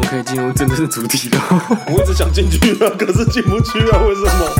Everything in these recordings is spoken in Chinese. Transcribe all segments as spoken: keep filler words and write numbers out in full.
可以进入真正的主题了。 我一直想进去啊，可是进不去啊，为什么？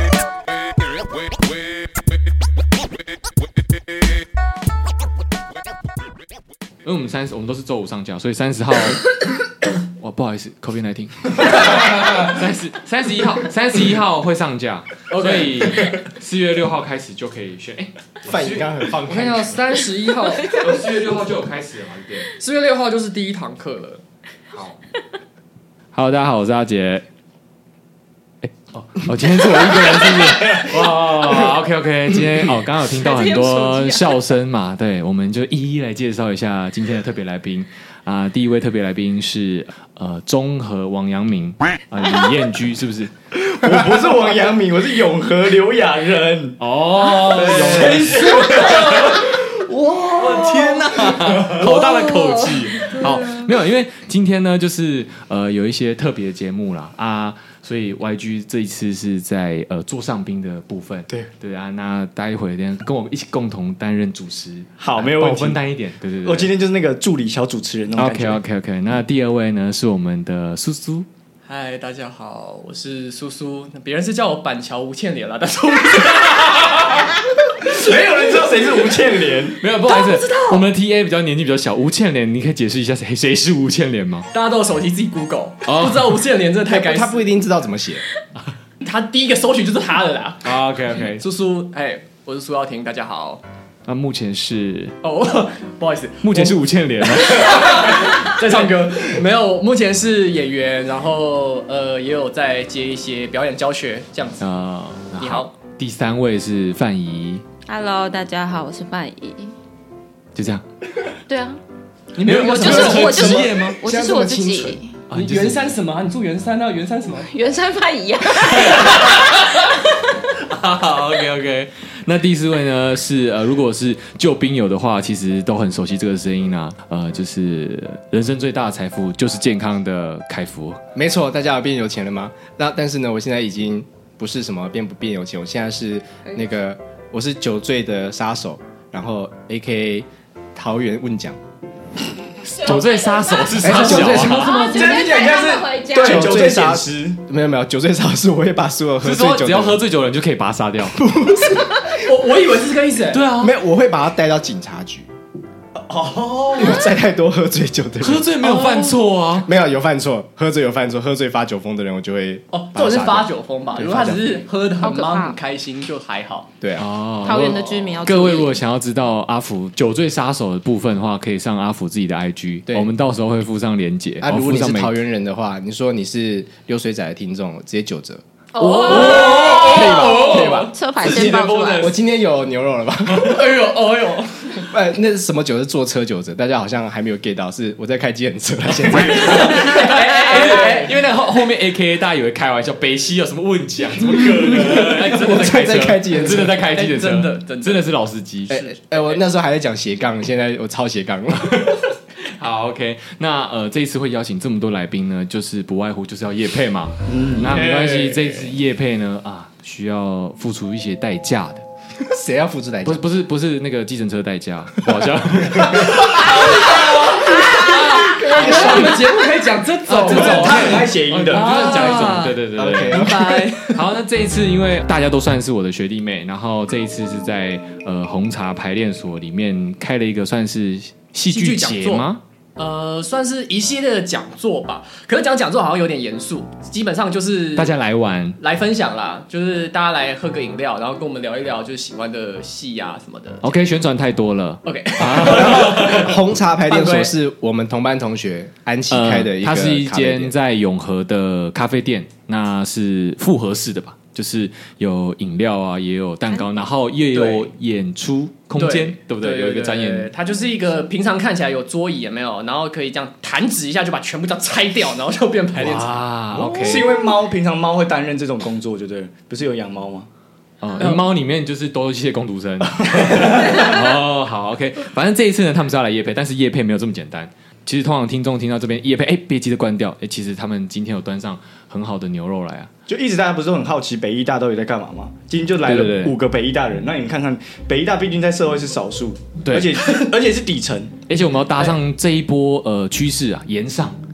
因为我们三十，我们都是周五上架，所以三十号，哇，不好意思 ，COVID 十九，三十三十一号，三十一号会上架， okay. 所以四月六号开始就可以选。哎， 范颖刚刚很放开， 我看到三十一号， 四月六号就有开始了嘛？对， 四月六号就是第一堂课了。 好 ，Hello， 大家好，我是阿杰。哎，哦，哦，今天是我一个人，是不是？哇 ，OK OK， 今天哦，刚刚有听到很多笑声嘛，对，我们就一一来介绍一下今天的特别来宾啊、呃。第一位特别来宾是呃中和王阳明啊、呃、李彦居，是不是？ 我不是王阳明，我是永和刘亚仁。 哦，谁说的？哇，天哪，好大的口气。好，没有，因为今天呢，就是呃有一些特别的节目啦啊。所以 Y G 这一次是在呃座上宾的部分， 对对啊，那待会儿跟我们一起共同担任主持， 好，没有问题， 分担一点，对对对， 我今天就是那个助理小主持人那种感觉。 OK OK OK， 那第二位呢是我们的苏苏。 嗨，大家好，我是苏苏，别人是叫我板桥吴倩莲啦，但是我没有人知道谁是吴倩莲， 没有，不好意思，我们的 T A 比较年纪比较小，吴倩莲，你可以解释一下谁谁是吴倩莲吗？ 大家都有手机自己 Google，、哦、不知道吴倩莲真的太该死， 他不一定知道怎么写， 他第一个搜寻就是他的啦。 哦、OK OK， 苏苏，哎，我是苏耀庭，大家好。 那、啊、目前是哦，不好意思， 目前是吴倩莲在唱歌，没有，目前是演员，然后呃也有在接一些表演教学这样子。啊、呃，你好。 第三位是范怡 ，Hello， 大家好，我是范怡。 就这样。 对啊， 你没有我就是我就是职业吗？ 我就是我自己。 啊、你圆山什么、啊？你住圆山啊？圆山什么？ 圆山范怡啊。 好 ，OK OK。那第四位呢是呃，如果是旧兵友的话，其实都很熟悉这个声音啊。呃，就是人生最大的财富就是健康的凯福。 没错，大家有变有钱了吗？那但是呢，我现在已经不是什么变不变有钱，我现在是那个我是酒醉的杀手，然后 A K A 桃园问奖。 酒醉杀手是啥、啊？ 酒醉杀手， 真的讲是对酒醉杀师，没有没有酒醉杀师，我会把所有喝醉酒， 只要喝醉酒的人就可以把他杀掉。 不是， 我我以为是这个意思。 对啊， 没有，我会把他带到警察局。哦，因为载太多喝醉酒的人， 喝醉没有犯错啊， 没有有犯错，喝醉有犯错，喝醉发酒疯的人我就会哦，这是发酒疯吧？如果他只是喝得很忙很开心就还好。 对啊， 哦， 桃园的居民要各位如果想要知道阿福酒醉杀手的部分的话，可以上阿福自己的 I G， 我们到时候会附上连结。 啊，如果你是桃园人的话，你说你是流水仔的听众，直接九折。 哦， 可以吧？可以吧？ 车牌先报出来。 我今天有牛肉了吧？ 哎呦，哎呦， 哎，那是什么酒？是坐车九折，大家好像还没有 get 到，是我在开计程车了。现在， 因为那后后面 A K A 大家以为开玩笑，北西有什么问奖？怎么可能？ 我在开计程车， 真的在开计程车， 真的真的是老司机。 哎哎，我那时候还在讲斜杠，现在我超斜杠。 好 ，OK， 那呃，这一次会邀请这么多来宾呢，就是不外乎就是要业配嘛。嗯，那没关系，这一次业配呢啊，需要付出一些代价的。 谁要付出代价？ 不是不是不是那个计程车代价，好像。 你们节目可以讲这种， 这种他很爱谐音的， 就是讲一种，对对对对。 明白。 好，那这一次因为大家都算是我的学弟妹，然后这一次是在呃红茶排练所里面开了一个算是戏剧节吗？ 呃，算是一系列的讲座吧。可是讲讲座好像有点严肃，基本上就是大家来玩、 来分享啦，就是大家来喝个饮料，然后跟我们聊一聊，就是喜欢的戏啊什么的。 OK， 宣传太多了。 OK， 红茶排练所是我们同班同学安琪开的一个、呃， 它是一间在永和的咖啡店，那是复合式的吧？就是有饮料啊，也有蛋糕，然后也有演出空间， 对, 对不对？对对对，有一个展演， 它就是一个平常看起来有桌椅，有没有？然后可以这样弹指一下就把全部都拆掉，然后就变排练场。 啊 ，OK， 是因为猫平常猫会担任这种工作，就对了，不是有养猫吗？ 嗯，猫里面就是都是一些工读生。哦，好 ，OK， 反正这一次呢，他们是要来业配，但是业配没有这么简单。其实通常听众听到这边业配，哎，别急着关掉，哎，其实他们今天有端上很好的牛肉来啊。 就一直大家不是都很好奇北医大到底在干嘛吗？今天就来了五个北医大人，那你们看看北医大毕竟在社会是少数，对，而且而且是底层， 而且我们要搭上这一波呃趋势啊，延上。 啊，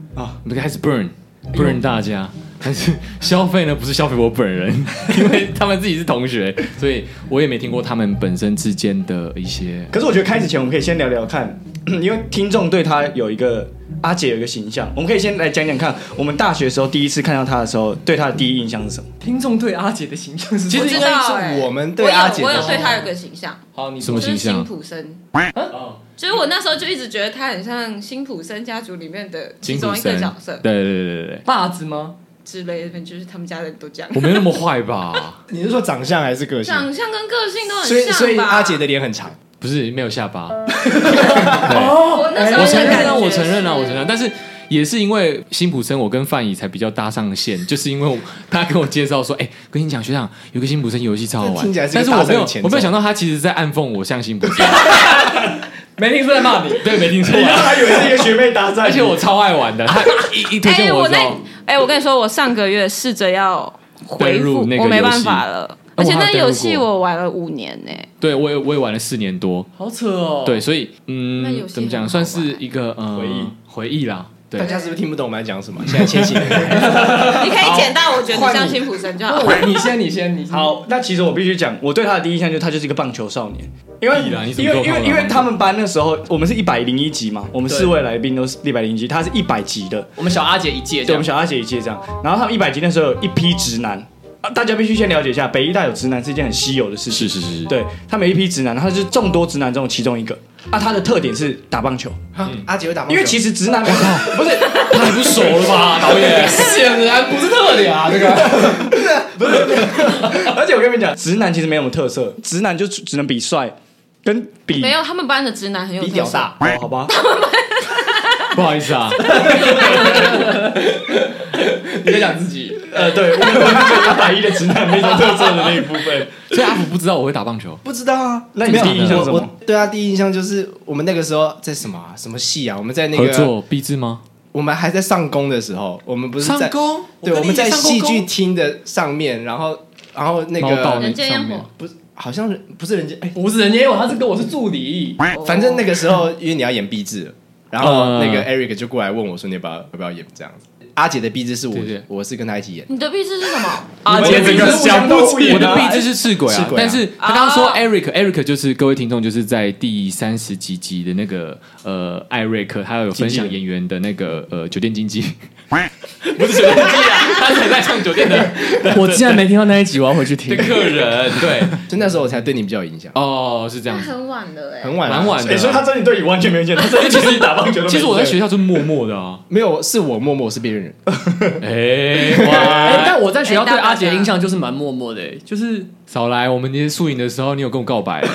我们就开始 burn burn 大家。但是消费呢，不是消费我本人，因为他们自己是同学，所以我也没听过他们本身之间的一些。 可是我觉得开始前我们可以先聊聊看，因为听众对他有一个阿姐有一个形象，我们可以先来讲讲看，我们大学的时候第一次看到他的时候，对他的第一印象是什么？ 听众对阿姐的形象是什么？ 其实应该是我们对阿姐的我有我有对他有个形象， 好，你什么形象？ 就是辛普森。就是我那时候就一直觉得他很像辛普森家族里面的其中一个角色。 对对对对对， 爸子吗？ 之类的，就是他们家人都这样。 我没那么坏吧？ 你是说长相还是个性？ 长相跟个性都很像吧。 所以所以阿姐的脸很长， 不是没有下巴。 我那时候我承认啊， 的感觉我承认啊， 是我承认。但是也是因为辛普森，我跟范怡才比较搭上线，就是因为他跟我介绍说，哎、欸，跟你讲，学长有个辛普森游戏超好玩， 听起来是但是我没有，我没有想到他其实在暗讽我像辛普森。 没听出在骂你， 对，没听出你让来。 他以为是一个学妹搭讪， 而且我超爱玩的，他一一推荐我的时候， 哎、欸，我跟你说，我上个月试着要回复， 那个我没办法了。 哦、 而且那游戏我玩了五年呢、欸。 对，我也我也玩了四年多， 好扯哦。 对，所以嗯，怎么讲，算是一个呃回忆回忆啦。对， 大家是不是听不懂我们在讲什么？现在千禧年， 你可以简单，我觉得像辛普森就好。 你先，你先，你先。 好，那其实我必须讲，我对他的第一印象就是他就是一个棒球少年，因为因为因为因为他们班那时候我们是一百零一级嘛，我们四位来宾都是一百零一级，他是一百级的， 我们小阿姐一届， 对，我们小阿姐一届这样，然后他们一百级那时候有一批直男。啊、大家必须先了解一下，北医大有直男是一件很稀有的事情。 是是是， 对，他们有一批直男，他是众多直男中的其中一个。啊，他的特点是打棒球。 嗯、阿姐会打棒球， 因为其实直男不是太不熟了吧，导演？ 显然不是特点啊，这个不是不是。而且我跟你们讲，直男其实没什么特色，直男就只能比帅，跟比没有他们班的直男很有特色。 比屌大， 哦，好吧。 不好意思啊， 你在讲自己。 呃，对，我是一百一的直男没什么特色的那一部分， 所以阿福不知道我会打棒球， 不知道啊。 那你第一印象是什么？ 我对啊，第一印象就是我们那个时候在什么、啊、什么系啊？我们在那个合作毕制吗？ 我们还在上工的时候，我们不是在上工， 对，我们在戏剧厅的上面，然后然后那个人间烟火不是，好像不是人间，哎、 欸，不是人间烟火，他是跟我是助理。 反正那个时候因为你要演毕制，然后那个 Eric 就过来问我说你要不要要不要演这样子。阿姐的壁纸是我， 对对我是跟她一起演。 你的壁纸是什么？ 阿姐这个相不我的壁纸是赤鬼啊， 啊但是他刚刚说 Eric，Eric、啊、就是各位听众就是在第三十几集的那个呃艾瑞克，他有分享演员的那个呃酒店经济，不是酒店经济啊，他才在上酒店的。 我竟然没听到那一集，我要回去听。 的客人对， 就那时候我才对你比较有影响。 哦，是这样子， 很晚了哎、欸， 很晚， 蛮晚的、啊。 所以他真的对你完全没有见，他真的其实打棒球都没。 其实我在学校就默默的啊， 没有是我默默，是别人。 哎哇！ 欸、但我在学校对阿杰的印象就是蛮默默的、欸，就是少来，我们那些宿营的时候，你有跟我告白、欸。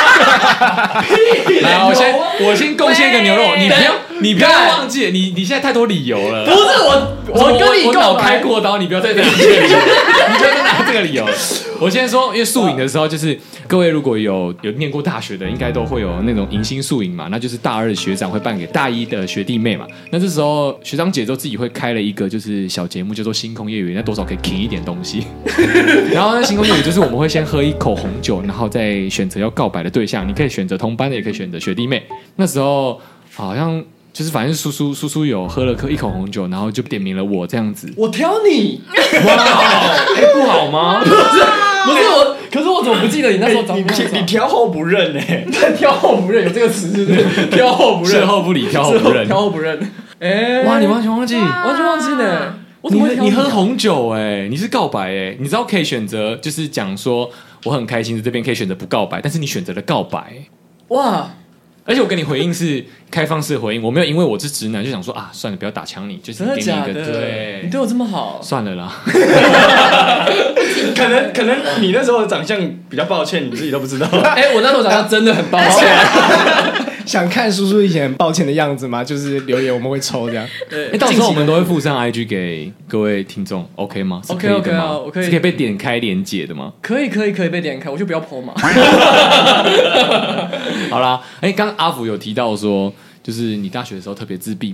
来，我先我先贡献一个牛肉，你不要你不要忘记，你你现在太多理由了。 不是我，我跟你我脑开过刀，你不要再拿这个理由，你不要再拿这个理由。我先说，因为宿营的时候，就是各位如果有有念过大学的，应该都会有那种迎新宿营嘛，那就是大二的学长会办给大一的学弟妹嘛。那这时候学长姐都自己会开了一个就是小节目，叫做星空夜雨，那多少可以停一点东西。然后那星空夜雨就是我们会先喝一口红酒，然后再选择要告白的对象，你可以选择同班的，也可以选择学弟妹。那时候好像。就是反正叔叔叔叔有喝了一口红酒，然后就点名了我这样子。 我挑你， 哇，哎、欸，不好吗？ 不是，不是我，可是我怎么不记得你那时候长你你你挑后不认哎、 欸，挑后不认有这个词是不是？挑后不认， 事后不理，挑后不认， 挑后不认。哎、欸， 哇，你完全忘记， 完全忘记呢。我怎么会你你喝红酒哎、欸，你是告白哎、欸，你知道可以选择，就是讲说我很开心，这边可以选择不告白，但是你选择了告白， 哇！ 而且我跟你回应是开放式回应，我没有因为我是直男就想说啊，算了，不要打枪你，就是给你一个对， 你对我这么好， 算了啦。 可能可能你那时候的长相比较抱歉，你自己都不知道。 哎、欸，我那时候长相真的很抱歉。 想看叔叔以前很抱歉的样子吗？就是留言我们会抽这样。 对，欸、到时候我们都会附上 I G 给各位听众 ，OK 吗 ？OK OK 啊，我可以， 是可以被点开连结的吗？ 可以可以可以被点开，我就不要 po 嘛。 好啦，哎、欸，刚刚阿福有提到说，就是你大学的时候特别自闭嘛？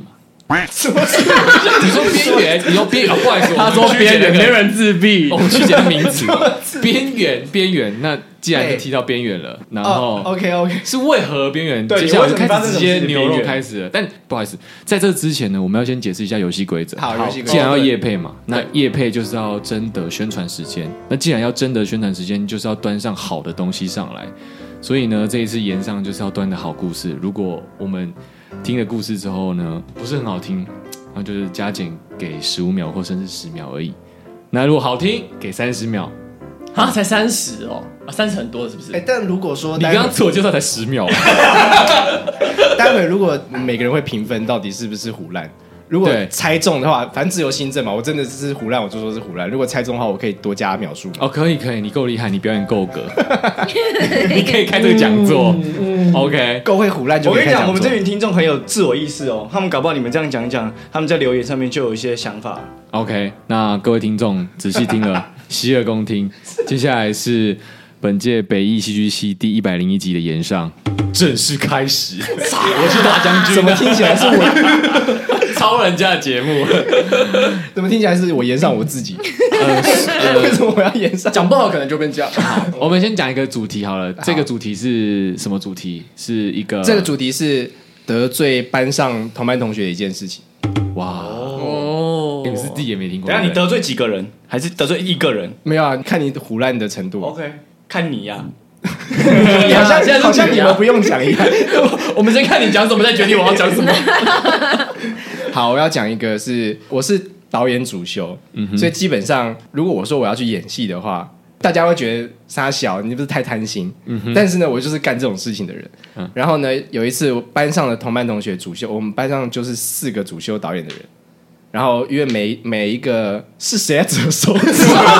什么是？ 你说边缘，你说边缘，不好意思， 他说边缘，没人自闭。 我们去讲名词，边缘，边缘。那既然就提到边缘了，然后 OK OK 是为何边缘？ 对， 接下来开始直接牛肉开始了。但不好意思，在这之前呢，我们要先解释一下游戏规则。 好，游戏规则。 既然要业配嘛，那业配就是要征得宣传时间。那既然要征得宣传时间，就是要端上好的东西上来。所以呢，这一次演上就是要端的好故事。如果我们听了故事之后呢，不是很好听，然后就是加减给十五秒或甚至十秒而已。那如果好听，给三十秒。 啊，才三十哦，啊，三十很多是不是？ 哎、欸，但如果说你刚刚自我介绍才十秒， 待会如果每个人会评分，到底是不是唬烂？如果猜中的话，反正自由新政嘛，我真的是唬烂，我就说是唬烂。如果猜中的话，我可以多加描述。 哦，可以可以，你够厉害，你表演够格，你可以开这个讲座。嗯嗯、OK， 够会唬烂就可以开讲座。 我跟你讲，我们这群听众很有自我意识哦，他们搞不好你们这样讲一讲，他们在留言上面就有一些想法。 OK， 那各位听众仔细听了，洗耳恭听。接下来是本届北艺戏剧系第一百零一集的演上正式开始。我是大将军， 怎么听起来是我抄人家的节目？ 怎么听起来是我演上我自己？呃，为什么我要演上？ 讲不好可能就变这样。 好，我们先讲一个主题好了。这个主题是什么主题？是一个这个主题是得罪班上同班同学的一件事情。 哇哦！你们是自己也没听过。 等一下你得罪几个人？还是得罪一个人？ 没有啊，看你唬烂的程度。 OK， 看你呀、啊。 好像现在好像你们不用讲一样， 我们先看你讲什么，再决定我要讲什么。 好，我要讲一个是我是导演主修、嗯，所以基本上如果我说我要去演戏的话，大家会觉得傻小，你不是太贪心、嗯。但是呢，我就是干这种事情的人。嗯、然后呢，有一次班上的同班同学主修，我们班上就是四个主修导演的人。然后因为每每一个是谁在折手指？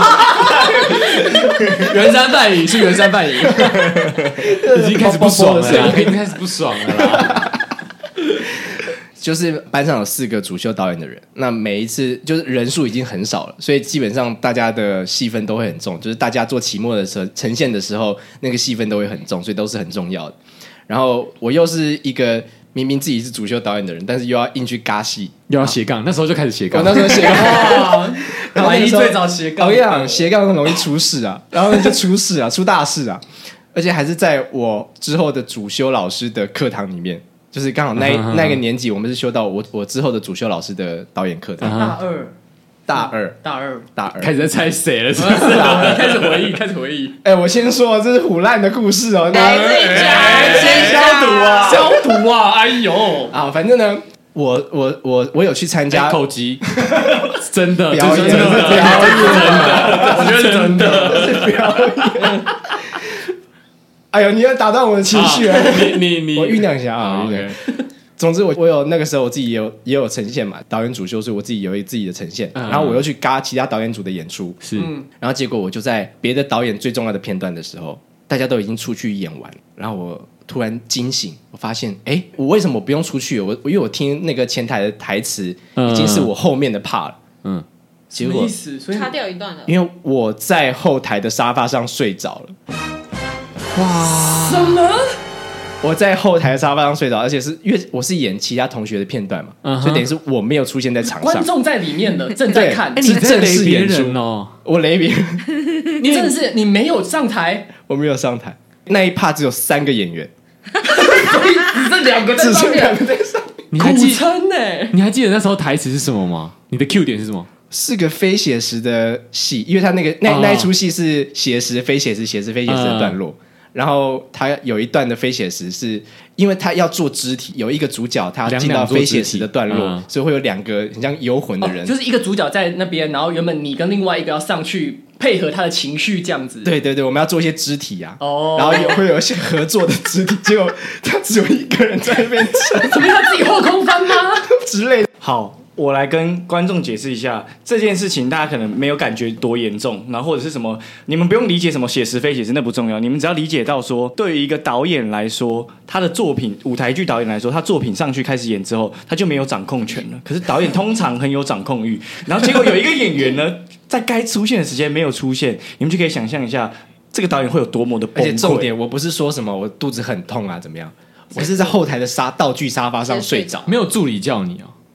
圆山半影是圆山半影， 已经开始不爽了啦，已经开始不爽了啦。 就是班上有四个主修导演的人，那每一次就是人数已经很少了，所以基本上大家的戏份都会很重，就是大家做期末的时候呈现的时候，那个戏份都会很重，所以都是很重要的。然后我又是一个明明自己是主修导演的人，但是又要硬去尬戏， 又要斜杠，那时候就开始斜杠。 我那时候斜杠， 然后一最早斜杠， 我跟你讲，斜杠很容易出事啊，然后就出事啊，出大事啊，而且还是在我之后的主修老师的课堂里面。就是刚好那、uh-huh. 那个年级，我们是修到我我之后的主修老师的导演课堂。 大二， 大二， 大二， 大二， 开始在猜谁了，是不是？ 开始回忆，开始回忆。 哎、欸，我先说，这是唬烂的故事哦。 来自己讲， 先消毒啊，消毒啊！哎呦， 啊，反正呢，我我我我有去参加口技，真的表演， 真的， 表演， 我觉得是真的是表演。哎呦，你要打断我的情绪啊！ 你你你， 我酝酿一下啊。 Okay. 总之我，我我有那个时候我自己也有也有呈现嘛，导演主修，所以我自己有自己的呈现。嗯、然后我又去嘎其他导演组的演出， 是、嗯。 然后结果我就在别的导演最重要的片段的时候，大家都已经出去演完，然后我突然惊醒，我发现，哎，我为什么不用出去？我因为我听那个前台的台词，已经是我后面的 part 了。嗯。 结果什么意思？所以擦掉一段了。 因为我在后台的沙发上睡着了。 哇！什么？ 我在后台的沙发上睡着，而且是因为我是演其他同学的片段嘛， uh-huh. 所以等于是我没有出现在场上， 观众在里面的正在看， 欸、是正式演出哦。 我雷别人， 你真的是你没有上台， 我没有上台，那一 part 只有三个演员， 只剩两个在上面， 只剩两个在上面。 你还记撑呢？ 你还记得那时候台词是什么吗？你的 Q 点是什么？ 是个非写实的戏，因为他那个那、oh. 那一出戏是写实、非写实、写实、非写实的段落。Uh.然后他有一段的非写实，是因为他要做肢体，有一个主角他进到非写实的段落，嗯、所以会有两个很像游魂的人、 哦，就是一个主角在那边，然后原本你跟另外一个要上去配合他的情绪这样子。 对对对，我们要做一些肢体啊，哦、然后也会有一些合作的肢体，结果他只有一个人在那边撑， 怎么他自己后空翻吗之类的？ 好。我来跟观众解释一下这件事情，大家可能没有感觉多严重，然后或者是什么，你们不用理解什么写实非写实，那不重要，你们只要理解到说，对于一个导演来说，他的作品，舞台剧导演来说，他作品上去开始演之后，他就没有掌控权了。可是导演通常很有掌控欲，然后结果有一个演员呢，在该出现的时间没有出现，你们就可以想象一下，这个导演会有多么的崩溃。 而且重点，我不是说什么我肚子很痛啊，怎么样？我是在后台的沙道具沙发上睡着， 没有助理叫你哦。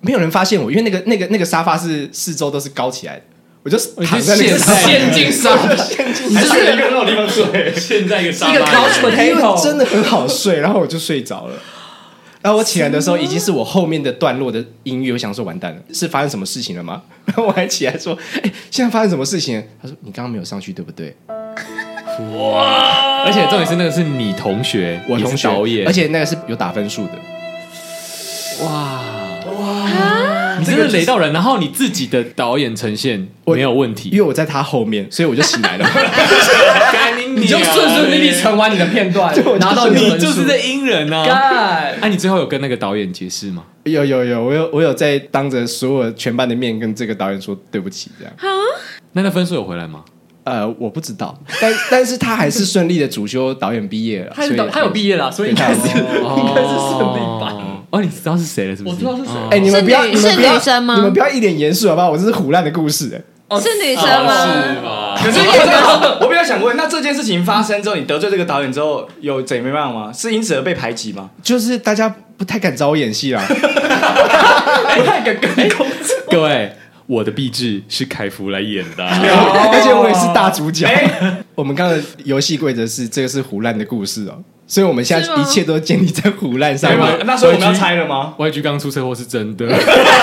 没有人发现我，因为那个那个那个沙发是四周都是高起来的，我就躺在那个沙发， 陷进沙发， 你是一个很好地方睡， 现在一个沙发， 一个 couch 因为 potato， 真的很好睡，然后我就睡着了。然后我起来的时候，已经是我后面的段落的音乐，我想说完蛋了，是发生什么事情了吗？然后我还起来说：“哎、欸，现在发生什么事情了？”他说：“你刚刚没有上去，对不对？” 哇！而且重点是那个是你同学， 我同学导演， 而且那个是有打分数的。 哇哇！你真的雷到人，然后你自己的导演呈现没有问题， 因为我在他后面，所以我就醒来了。 你就顺顺利利成完你的片段，拿到你的分数， 你就是在阴人啊！哎、啊，你最后有跟那个导演解释吗？ 有有有，我有我有在当着所有全班的面跟这个导演说对不起，这样。 那那分数有回来吗？ 呃，我不知道，但但是他还是顺利的主修导演毕业了， 他是他有毕业了，所以应该是应该是顺利吧。 哦，你知道是谁了是不是？ 我知道是谁。 哎、欸，你们不要，你们不要， 是女生吗？ 你们不要一脸严肃好不好？我这是唬烂的故事、欸。 哦，是女生吗？ 是吧？ 可是我我比较想问，那这件事情发生之后，你得罪这个导演之后，有怎么样吗？是因此而被排挤吗？ 就是大家不太敢找我演戏啦， 不太敢跟你工作。 各位，我的壁纸是凯夫来演的、啊， 而且我也是大主角。我们刚刚的游戏规则是这个是唬烂的故事哦，所以我们现在一切都建立在唬烂上面。 那所以我们要猜了吗 ？Y G 刚出车祸是真的，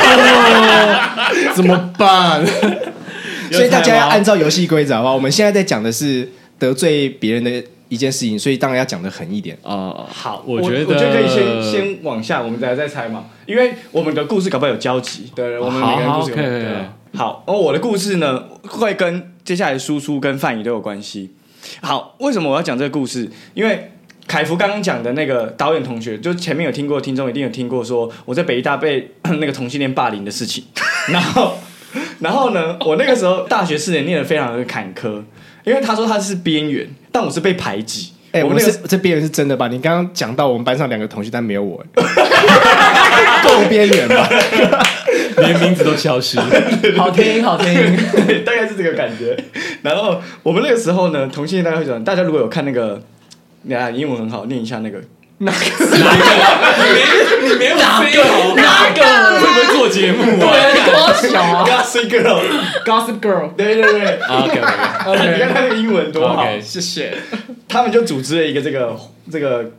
怎么办？所以大家要按照游戏规则好不好？我们现在在讲的是得罪别人的一件事情，所以当然要讲得狠一点啊、呃。 好， 我觉得我觉得可以先先往下，我们再再猜嘛，因为我们的故事搞不好有交集。对，我们每个人故事有好。 对好，而我的故事呢，会跟接下来输出跟范怡都有关系。好，为什么我要讲这个故事？因为凯福刚刚讲的那个导演同学，就前面有听过，听众一定有听过，说我在北医大被那个同性恋霸凌的事情。然后，然后呢，我那个时候大学四年念得非常的坎坷，因为他说他是边缘，但我是被排挤。 哎、欸，我们、那个、是这边缘是真的吧？你刚刚讲到我们班上两个同学，但没有我，够边缘吧？ 连名字都消失， 好听好听， 大概是这个感觉。然后我们那个时候呢，同性恋大家会讲，大家如果有看那个，啊，英文很好，念一下那个。 哪个？哪个？你没有哪个？哪个？会不会做节目啊？ 对，多小啊 ！Gossip Girl，Gossip Girl， 对对对 ，OK OK， 你看他那个英文多好， okay, 谢谢。 他们就组织了一个这个这个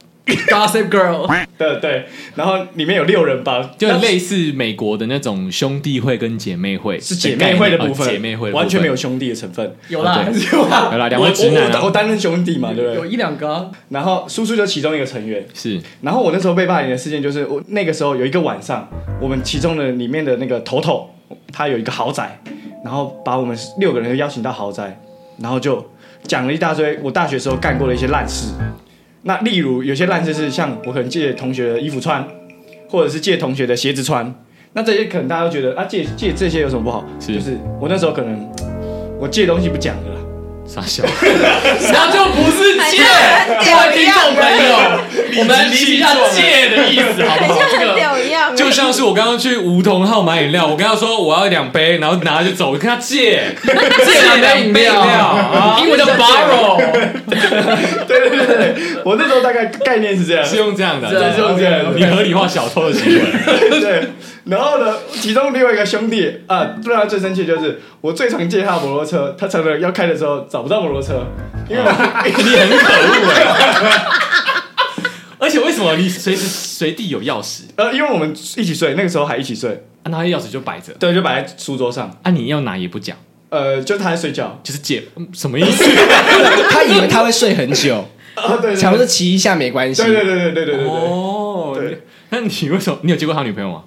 Gossip Girl， 对对，然后里面有六人帮， 就类似美国的那种兄弟会跟姐妹会， 是姐妹会的部分， 哦、姐妹会完全没有兄弟的成分， 有啦有啦，有啦，两位直男、啊我，我担任兄弟嘛，对不对？ 有一两个、啊， 然后叔叔就其中一个成员是， 然后我那时候被霸凌的事件就是，我那个时候有一个晚上，我们其中的里面的那个头头，他有一个豪宅，然后把我们六个人邀请到豪宅，然后就讲了一大堆我大学时候干过的一些烂事。那例如有些烂事是像我可能借同学的衣服穿，或者是借同学的鞋子穿，那这些可能大家都觉得啊借借这些有什么不好？ 是就是我那时候可能我借东西不讲的啦。 傻笑， 那就不是借，各位听众朋友，我们理解一下借的意思好不好？ 这个就像是我刚刚去梧桐号买饮料，我跟他说我要两杯，然后拿就走，我跟他借借两杯饮料，英文叫 borrow。 对对对对，我那时候大概概念是这样， 是用这样的， 是用这样的， 你合理化小偷的行为。 对，然后呢，其中另外一个兄弟啊，让他最生气就是我最常借他的摩托车，他常常要开的时候找不到摩托车，因为你很可恶哎。而且为什么你随时随地有钥匙？ 呃，因为我们一起睡，那个时候还一起睡， 啊，那钥匙就摆着， 对，就摆在书桌上。 啊，你要拿也不讲， 呃，就他在睡觉， 就是借，什么意思？ 他以为他会睡很久， 啊，对， 想说骑一下没关系。 对对对对对对对。 哦，对。那你为什么？你有接过他女朋友吗？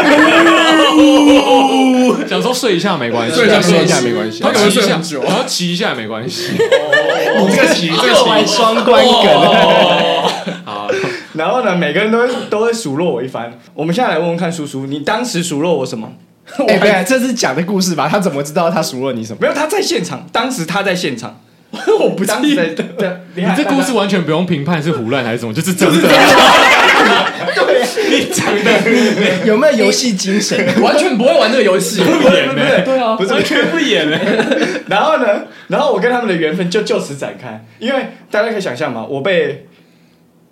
想说睡一下没关系， 睡一下睡一下没关系， 他可能睡很久，然后骑一下没关系。 你这个骑，这个骑双关梗。 好，然后呢，每个人都会都会数落我一番。我们现在来问问看，叔叔，你当时数落我什么？ 哎，对啊，这是讲的故事吧？他怎么知道他数落你什么？ 没有，他在现场，当时他在现场。 我不记得，你这故事完全不用评判是胡乱还是什么，就是真的。 对， 你讲的有没有游戏精神？ 完全不会玩这个游戏， 不演呢？ 对啊， 不是完全不演呢。 然后呢，然后我跟他们的缘分就就此展开，因为大家可以想象嘛，我被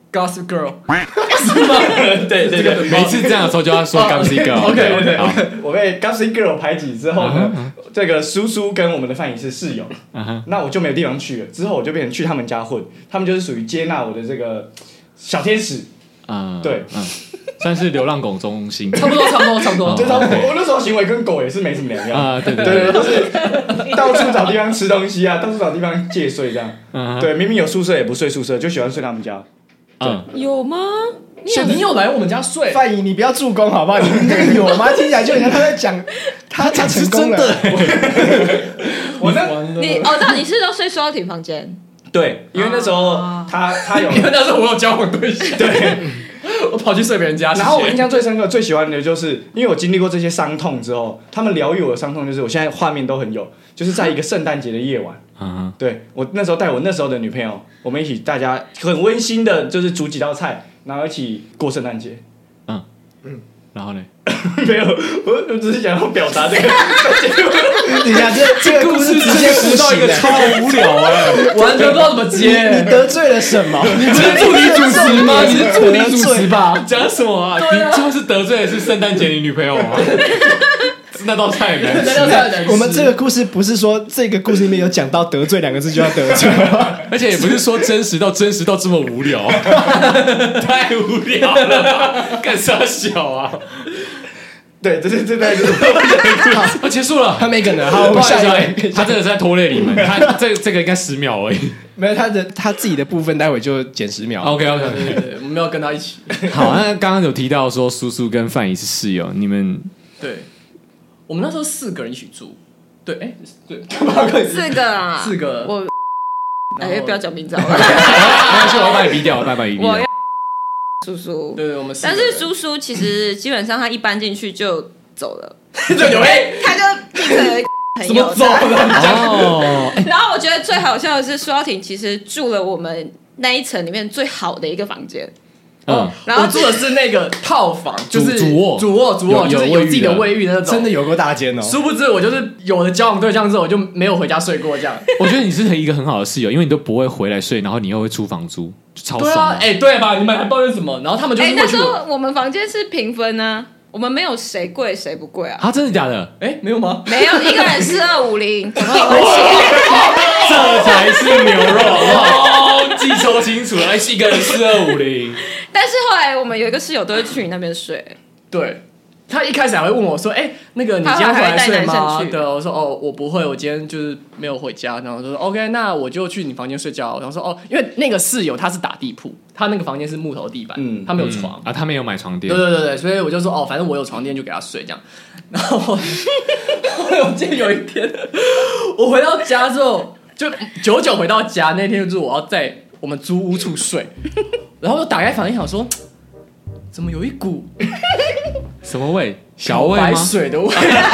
Gossip Girl 是吗？ 对对对， 每次这样的时候就要说 Gossip Girl。 OK OK， 好， 我被 Gossip Girl 排挤之后呢，这个叔叔跟我们的范怡是室友，那我就没有地方去了。之后我就变成去他们家混，他们就是属于接纳我的这个小天使。 嗯， 对， 嗯，算是流浪狗中心。 差不多，差不多，差不多。 就差不多。我那时候行为跟狗也是没什么两样啊，对对对对，就是到处找地方吃东西啊，到处找地方借睡这样。对，明明有宿舍也不睡宿舍，就喜欢睡他们家。 嗯， 有吗？ 你有你有来我们家睡？ 范怡，你不要助攻好不好？你那个有吗？听起来就很像他在讲他他成功了。 我那你哦，那你是都睡苏浩庭房间？ 对，因为那时候他他有， 因为那时候我有交往对象， 对， 我跑去睡别人家。 然后我印象最深刻、最喜欢的就是，因为我经历过这些伤痛之后，他们疗愈我的伤痛，就是我现在画面都很有，就是在一个圣诞节的夜晚， 嗯， 对我那时候带我那时候的女朋友，我们一起大家很温馨的，就是煮几道菜，然后一起过圣诞节。 嗯嗯，然后呢？ 没有，我我只是想要表达这个。 等一下，这这个故事直接直到一个超无聊哎， 完全不知道怎么接。 你得罪了什么？ 你不是助理主持吗？你是助理主持吧？ 讲什么啊？你就是得罪的是圣诞节你女朋友啊？那道菜很难吃。 那道菜很难吃。 我们这个故事不是说这个故事里面有讲到得罪两个字就要得罪， 而且也不是说真实到真实到这么无聊，太无聊了吧，干啥小啊？ 对，这是这代就是好，结束了， 他没可能。好，我们下一位， 他真的是在拖累你们。他这这个应该十秒而已， 没有他的他自己的部分，待会就减十秒。 OK OK， 对对对，我们要跟他一起。 好，那刚刚有提到说苏苏跟范怡是室友，你们对，我们那时候四个人一起住。对，哎，对， 四个啊， 四个。 我哎，不要讲名字好了。 没关系，我要把你逼掉，我要把你逼掉。 叔叔， 对对，我们。 但是叔叔其实基本上他一搬进去就走了， 就有哎， 他就变成朋友走了哦。 然后我觉得最好笑的是，苏浩庭其实住了我们那一层里面最好的一个房间。 嗯， 然后我住的是那个套房，就是主卧， 主卧，主卧，就是有自己的卫浴的那种， 真的有过大间哦。 殊不知我就是有了交往对象之后，我就没有回家睡过这样。 我觉得你是一个很好的室友，因为你都不会回来睡，然后你又会出房租，就超爽。 对啊，哎，对吧？你们还抱怨什么？然后他们就是哎，那时候我们房间是平分啊，我们没有谁贵谁不贵啊。 啊，真的假的？ 哎，没有吗？ 没有，一个人四二五零，怎么有关系？ 这才是牛肉，哦，记超清楚了，哎，是一个人四二五零。 但是后来我们有一个室友都会去你那边睡。 对，他一开始还会问我说：“哎、欸，那个你今天回来睡吗？”对，我说：“哦，我不会，我今天就是没有回家。”然后就说 ：“OK， 那我就去你房间睡觉。”然后说：“哦，因为那个室友他是打地铺，他那个房间是木头地板，嗯，他没有床、 嗯、啊，他没有买床垫。 对对对对，所以我就说：哦，反正我有床垫就给他睡这样。然后后来我记得有一天我回到家之后，就久久回到家那天就是我要在我们租屋处睡，然后我打开房间想说。怎么有一股什么味？小味吗？ 白水的味道。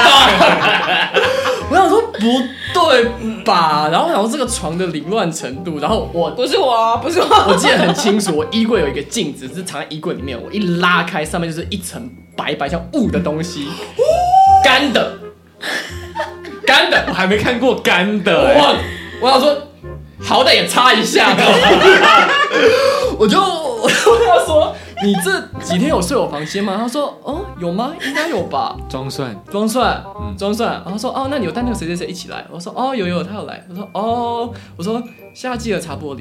我想说不对吧？然后我想说这个床的凌乱程度，然后我不是我，不是我， 我记得很清楚，我衣柜有一个镜子，是藏在衣柜里面。我一拉开，上面就是一层白白像雾的东西，干的，干的， 我还没看过干的、欸。 我我想说，好歹也擦一下。我就我就要说。你这几天有睡我房间吗？他说：“哦，有吗？应该有吧。” 装蒜， 装蒜，嗯，装蒜。然后说：“哦，那你有带那个谁谁谁一起来？”我说：“哦，有有，他有来。”我说：“哦，我说夏季的擦玻璃。”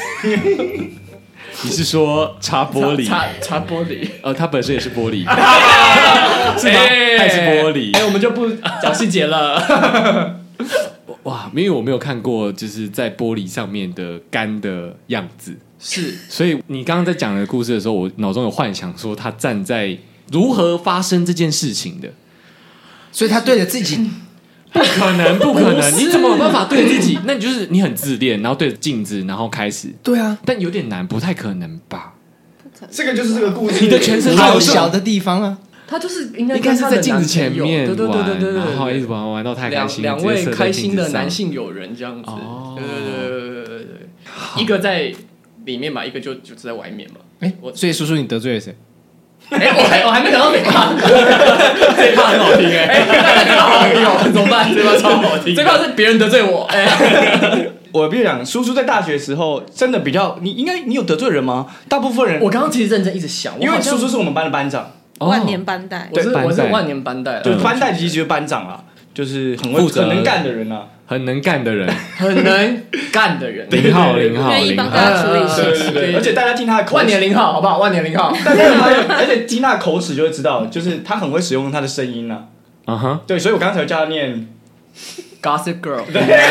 你是说擦玻璃？ 擦擦玻璃？ 哦，他本身也是玻璃，是吗？ 欸、 他也是玻璃。 哎、欸，我们就不讲细节了。 哇，因为我没有看过，就是在玻璃上面的干的样子。 是， 所以你刚刚在讲的故事的时候，我脑中有幻想说他站在如何发生这件事情的， 所以他对着自己， 不可能，不可能，你怎么有办法对着自己？那你就是你很自恋，然后对着镜子，然后开始， 对啊， 但有点难，不太可能吧？ 这个就是这个故事， 你的全身好小的地方啊。 他就是应该应该是在镜子前面， 对对对对对对， 然后一直玩玩到太开心， 两位开心的男性友人这样子， 哦， 对对对对对对，一个在里面嘛，一个就就在外面嘛。 哎，我所以叔叔你得罪了谁？ 哎，我还我还没讲到这一趴，这一趴很好听哎，这一趴好听哦，怎么办？这一趴超好听，这一趴是别人得罪我哎。 我必须讲，叔叔在大学的时候真的比较，你应该你有得罪人吗？大部分人， 我刚刚其实认真一直想， 因为叔叔是我们班的班长， 万年班带， 我是班带我是万年班带， 就是班代其实就是班长啦，就是很会负责很能干的人啊。 很能干的人， 很能干的人， 零号零号愿意帮零号， 大家处理事情。 对对对，而且大家听他的口齿， 万年零号，好不好？万年零号， 大家有发现，而且听他的口齿就会知道，就是他很会使用他的声音啊。 嗯哼， 对，所以我刚才有叫他念 Gossip Girl，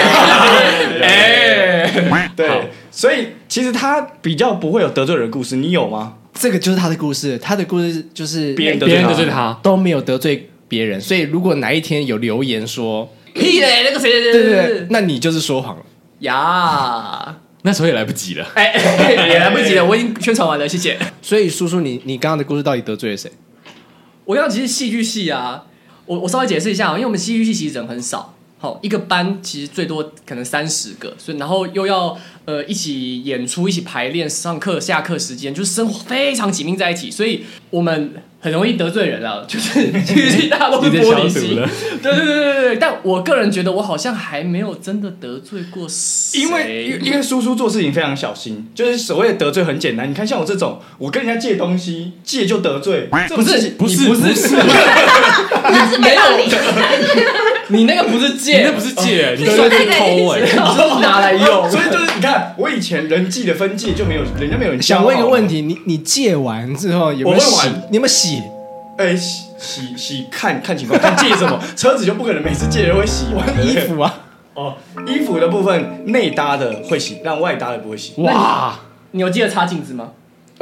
哎，对，所以其实他比较不会有得罪人的故事，你有吗？ 这个就是他的故事，他的故事就是别人得别人罪他得罪他， 都没有得罪别人，所以如果哪一天有留言说， 屁嘞，那个谁谁谁， 对对对，那你就是说谎了。 呀， 那时候也来不及了。 哎，也来不及了，我已经宣传完了，谢谢。 所以叔叔你，你刚刚的故事到底得罪了谁？ 我刚刚其实戏剧系啊，我我稍微解释一下，因为我们戏剧系其实人很少，好一个班其实最多可能三十个，所以然后又要呃一起演出、一起排练、上课、下课时间，就是生活非常紧密在一起，所以我们很容易得罪人啊，就是戏剧系大家都是玻璃心，对对对对对。但我个人觉得我好像还没有真的得罪过谁， 因为因为因为叔叔做事情非常小心，就是所谓的得罪很简单。你看像我这种，我跟人家借东西，借就得罪， 不是不是你不是不是那是没道理。 你那个不是借， 你那不是借，你你说的是那个偷哎、 你是拿来用， 所以就是你看，我以前人际的分界就没有，人家没有人想问一个问题，你你借完之后有没有洗我会玩？ 你有没有洗？ 哎、洗洗洗看看情况，看借什么，车子就不可能每次借人会洗嘛， 衣服啊？ 哦，衣服的部分内搭的会洗，但外搭的不会洗。 哇！ 你有记得擦镜子吗？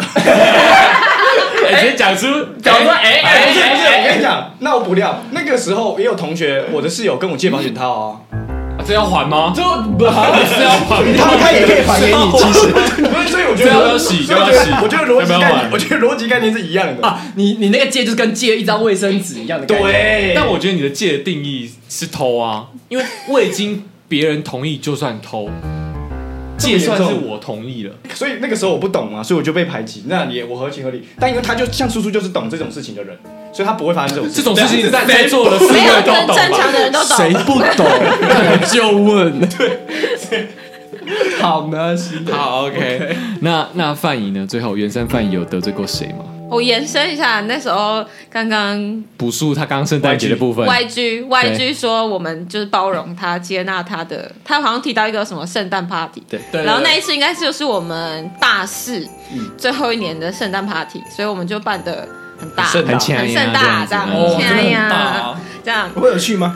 哎、直接讲出， 讲说哎哎，不是不是， 哎我跟你讲，那我补料。那个时候也有同学，我的室友跟我借保险套啊， 啊这要还吗？ 就不好是要还吗？ 他他也可以还给你，其实不是，所以我觉得这要不要洗所以我觉要不要洗得我觉得逻辑要不要还概念，我觉得逻辑概念是一样的。 啊，你你那个借就是跟借一张卫生纸一样的概念。 对， 但我觉得你的借的定义是偷啊，因为未经别人同意就算偷，借算是我同意了。 所以那个时候我不懂嘛，所以我就被排挤。那也我合情合理，但因为他就像叔叔就是懂这种事情的人，所以他不会发生这种事这种事情在在座的四没有位都懂跟正常吧？ 的人都懂。 谁不懂？ 就问，对，好，没关系。 好 ，OK。那那范怡呢？最后原生范怡有得罪过谁吗？ 我延伸一下，那时候刚刚补述他刚刚圣诞节的部分。 Y G Y G 说我们就是包容他、接纳他的，他好像提到一个什么圣诞 party， 对对， 然后那一次应该就是我们大四最后一年的圣诞 party，所以我们就办的很大、 很盛大很强很盛大，这样哦，真的很呀大啊， 这样。 我有去吗？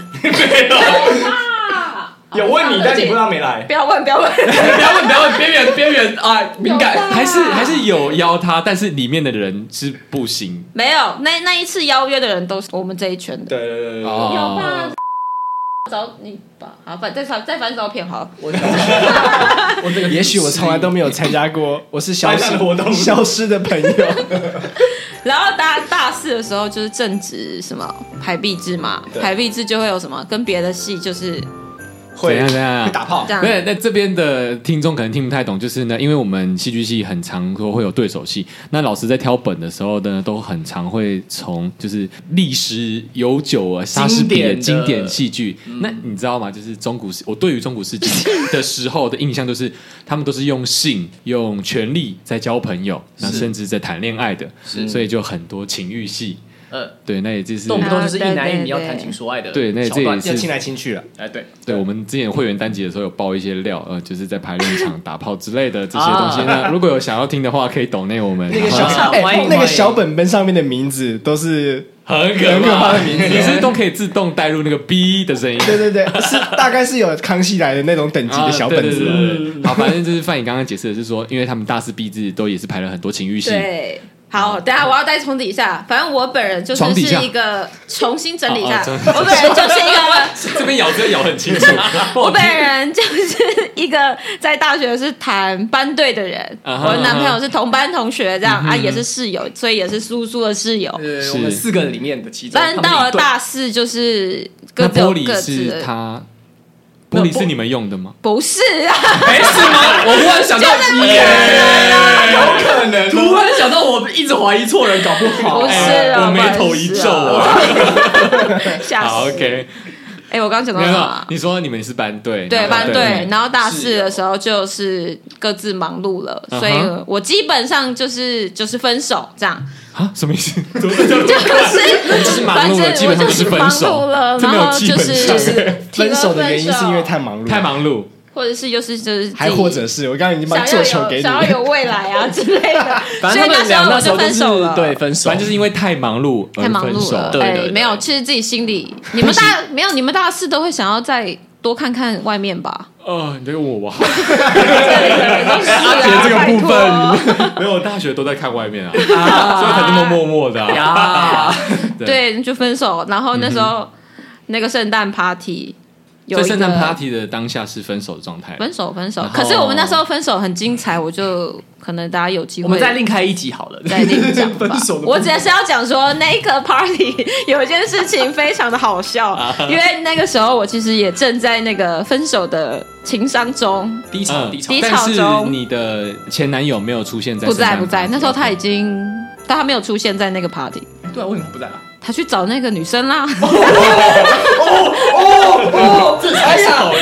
有问你，但你不知道没来。 不要问，不要问。 不要问，不要问，边缘边缘啊，敏感。 还是还是有邀他，但是里面的人是不行。 没有，那那一次邀约的人都是我们这一圈的。 对对对对对， 哦有吧？找你吧，好，反再找再翻照片好了。 我我这个， 也许我从来都没有参加过，我是消班上失的活动消失的朋友。 然后大大四的时候就是正值什么排毕制嘛， 对排毕制就会有什么跟别的系就是会怎样怎样会打炮这。样。 对，那这边的听众可能听不太懂，就是呢，因为我们戏剧系很常说会有对手戏，那老师在挑本的时候呢，都很常会从就是历史悠久啊，莎士比亚经经典的典戏剧。那你知道吗？就是中古世，我对于中古世纪的时候的印象就是，他们都是用性、用权力在交朋友，那甚至在谈恋爱的，所以就很多情欲戏。 呃， 对，那也就是动不动就是一男一女对对对要谈情说爱的对那桥段这也是要亲来亲去了。 哎，对， 对，我们之前会员单集的时候有爆一些料，呃，就是在排练场打炮之类的这些东西。那如果有想要听的话，可以抖内我们。 那个然后小哎欢迎那个小本本上面的名字都是很可很可怕的名字你是都可以自动带入那个 B 的声音。 对对对，是大概是有康熙来的那种等级的小本子。 啊对对对对对好，反正就是范颖刚刚解释的是说，因为他们大四毕制都也是排了很多情欲戏。 对，好，等一下我要再重底一下。反正我本人就是床底下是一个重新整理一下， 哦哦我本人就是一个。 这边咬字咬很清楚。 我本人就是一个在大学是谈班队的人， 啊哈我的男朋友是同班同学，这样啊也是室友，所以也是叔叔的室友。 呃， 是我们四个里面的其中， 但到了大四就是那各自有玻璃各自是的， 他，玻璃是你们用的吗？ 不是啊， 哎，是吗？我忽然想到， 有可能突然想到，我一直怀疑错人，搞不好不是哎啊， 我眉头一皱啊，吓好死！ ，OK。 哎，我刚刚讲到没有什么？ 你说你们是班队， 对班队，然后大是四的时候就是各自忙碌了， 嗯哼所以我基本上就是就是分手这样， 啊，什么意思？ 就是就是忙碌了，基本上就是分忙手碌了， 这然后没有基本就是上分手的原因是因为太忙碌， 太忙碌。 或者是就是就是还或者是我刚刚已经帮想要做球给你有想要有未来啊之类的， 反正他们所以俩那时候那时候我就分手了， 对分手， 反正就是因为太忙碌而太忙分手碌了， 对对对哎没有，其实自己心里，你们大没有，你们大四都会想要再多看看外面吧？ 哦，你在问我吧？ 阿姐这个部分， 分没有，我大学都在看外面啊，所以才这么默默的啊。 呀， 对，就分手。然后那时候那个圣诞 party，有一个所以圣诞 party 的当下是分手的状态， 分手分手然。后可是我们那时候分手很精彩，我就可能大家有机会我们再另开一集好了。 再另讲吧分手的部分我只是要讲说，那个 party 有一件事情非常的好笑，因为那个时候我其实也正在那个分手的情伤中， 低潮嗯低潮低， 但是潮中你的前男友没有出现在不圣诞在不在， party 那时候他已经，但他没有出现在那个 party， 对啊，为什么不在啊？ 他去找那个女生啦。 这才是好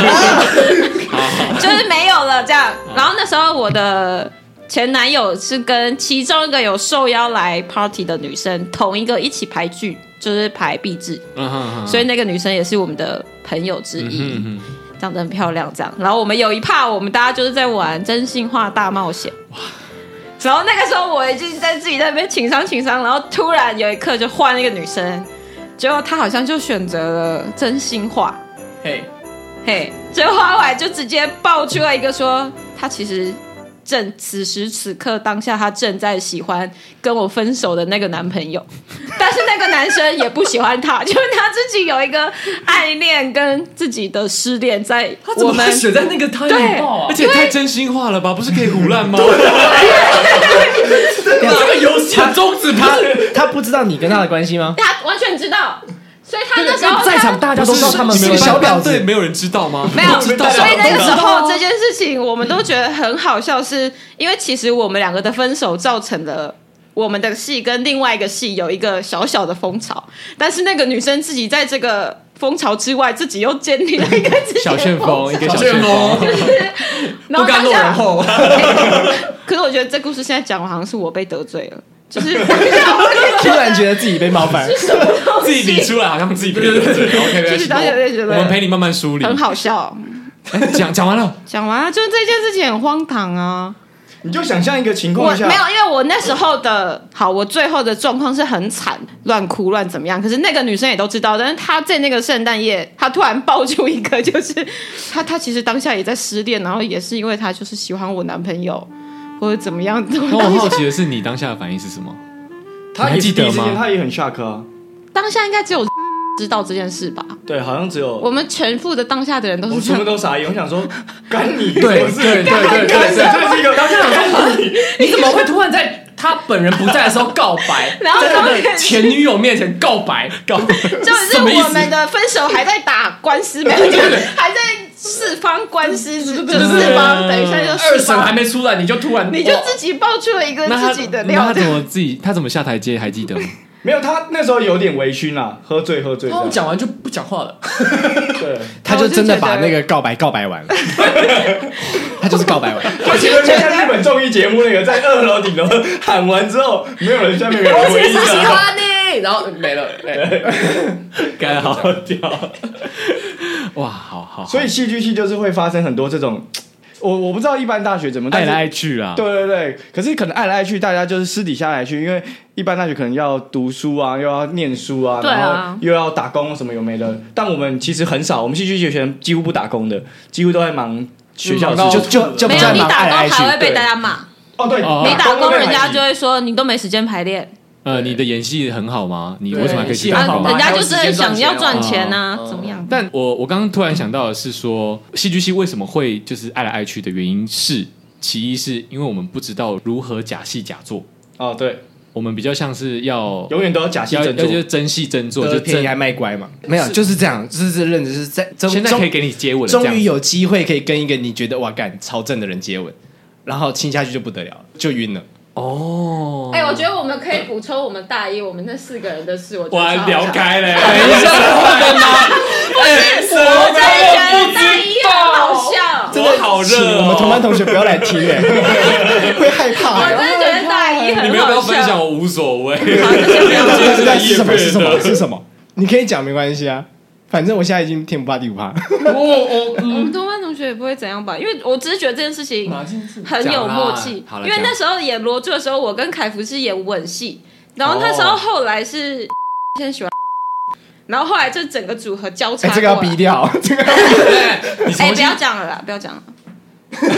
就是没有了这样。然后那时候我的前男友是跟其中一个有受邀来 party 的女生同一个一起排剧，就是排壁纸， 嗯哼哼所以那个女生也是我们的朋友之一， 嗯哼哼长得很漂亮这样。然后我们有一趴，我们大家就是在玩真心话大冒险。然后那个时候我已经在自己在那边情商情商，然后突然有一刻就换那个女生，结果她好像就选择了真心话。 嘿， 嘿，结果后来就直接爆出来一个说，他其实正此时此刻当下他正在喜欢跟我分手的那个男朋友，但是那个男生也不喜欢他，就是他自己有一个爱恋跟自己的失恋在他怎么我们会选在那个他拥抱啊而？且太真心话了吧？不是可以胡乱吗？ 这个游戏的宗旨不他是他不知道你跟他的关系吗？ 他完全知道，所以他那时候在场大家都知道他们是小婊对， 子， 没有人知道吗？ 没有， 知道， 所以那个时候这件事情我们都觉得很好笑，是因为其实我们两个的分手造成了我们的戏跟另外一个戏有一个小小的风潮，但是那个女生自己在这个风潮之外，自己又建立了一个自己的小旋风，一个小旋旋风， 然后不甘落人后。 可是我觉得这故事现在讲，好像是我被得罪了，就是突然觉得自己被冒犯， 自己理出来，好像自己被得罪。OK， 就是当时就觉得我们陪你慢慢梳理。 很好笑。 哎，讲讲完了， 讲完了，就是这件事情很荒唐啊。 你就想象一个情我况下， 没有，因为我那时候的好，我最后的状况是很惨，乱哭乱怎么样。可是那个女生也都知道，但是她在那个圣诞夜，她突然爆出一个，就是她她其实当下也在失恋，然后也是因为她就是喜欢我男朋友或者怎么样。 那我好奇的是，你当下的反应是什么？ 他你还记得吗也是第一时间他也很 shock 啊。 当下应该只有知道这件事吧？ 对，好像只有我们全部的当下的人都我全部是这样。 都傻眼。我想说，干你对什么事对对对对干对这是一个，然后就想说， 你怎么会突然在他本人不在的时候告白， 然后在他的他们前女友面前告白，告就是什么意思我们的分手还在打官司，没有，就是还在四方官司，就是四方，等一下就二四方审还没出来，你就突然你就自己爆出了一个那他自己的那他料的怎么自己？他怎么下台阶？还记得吗？ 没有他那时候有点微醺啦，喝醉喝醉这他们样。 讲完就不讲话了。 对， 他就真的把那个告白告白完了，他就是告白完。 他其实就像日本综艺节目那个，在二楼顶楼喊完之后，没有人下面没有人回应我喜啊。 欢你，然后没了。 该好屌！哇，好好， 所以戏剧系就是会发生很多这种，我我不知道一般大学怎么爱来但是爱去啊。 对对对，可是可能爱来爱去，大家就是私底下来去，因为一般大学可能要读书啊，又要念书啊， 对啊然后又要打工什么有没的。但我们其实很少，我们戏剧系学生几乎不打工的，几乎都在忙学校的事，就就就不没有你打在忙爱来爱去。 工还会被对大家骂， 哦，对， 哦你打工人家就会会说你都没时间排练， 呃，你的演戏很好吗？你对为什么还可以去演戏很好吗打工？ 人家就是还有时间赚钱想要赚钱啊哦， 怎么样？ 但我我刚刚突然想到的是说，戏剧系为什么会就是爱来爱去的原因是，其一是因为我们不知道如何假戏假做， 哦，对， 我们比较像是要永远都要假戏真做要要就。是真戏真做，就真得便宜还卖乖嘛？没有，就是这样，就是这认知是在终现在可以给你接吻了，这样终于有机会可以跟一个你觉得哇干超正的人接吻，然后亲下去就不得了，就晕了。 哦。 哎，我觉得我们可以补充我们大一我们那四个人的事，我觉得哇， 超好笑聊开嘞！ 等一下， 不能吗？不我真的觉得大一很好笑， 真的好热哦！ 我们同班同学不要来听哎，会害怕。 我真的觉得大一很好笑。 你们要不要分享？我无所谓。 好，就先不要这是在是什么？是什么？是什么？你可以讲没关系啊，反正我现在已经天不怕地不怕。 我们同班同学也不会怎样吧？因为我只是觉得这件事情很有默契。 好了因为那时候演罗珠的时候，我跟凯福是演吻戏，然后那时候后来是先喜欢。然后后来就整个组合交叉、欸， 这个要逼掉，这个要逼掉。哎，不要讲了啦，不要讲了。没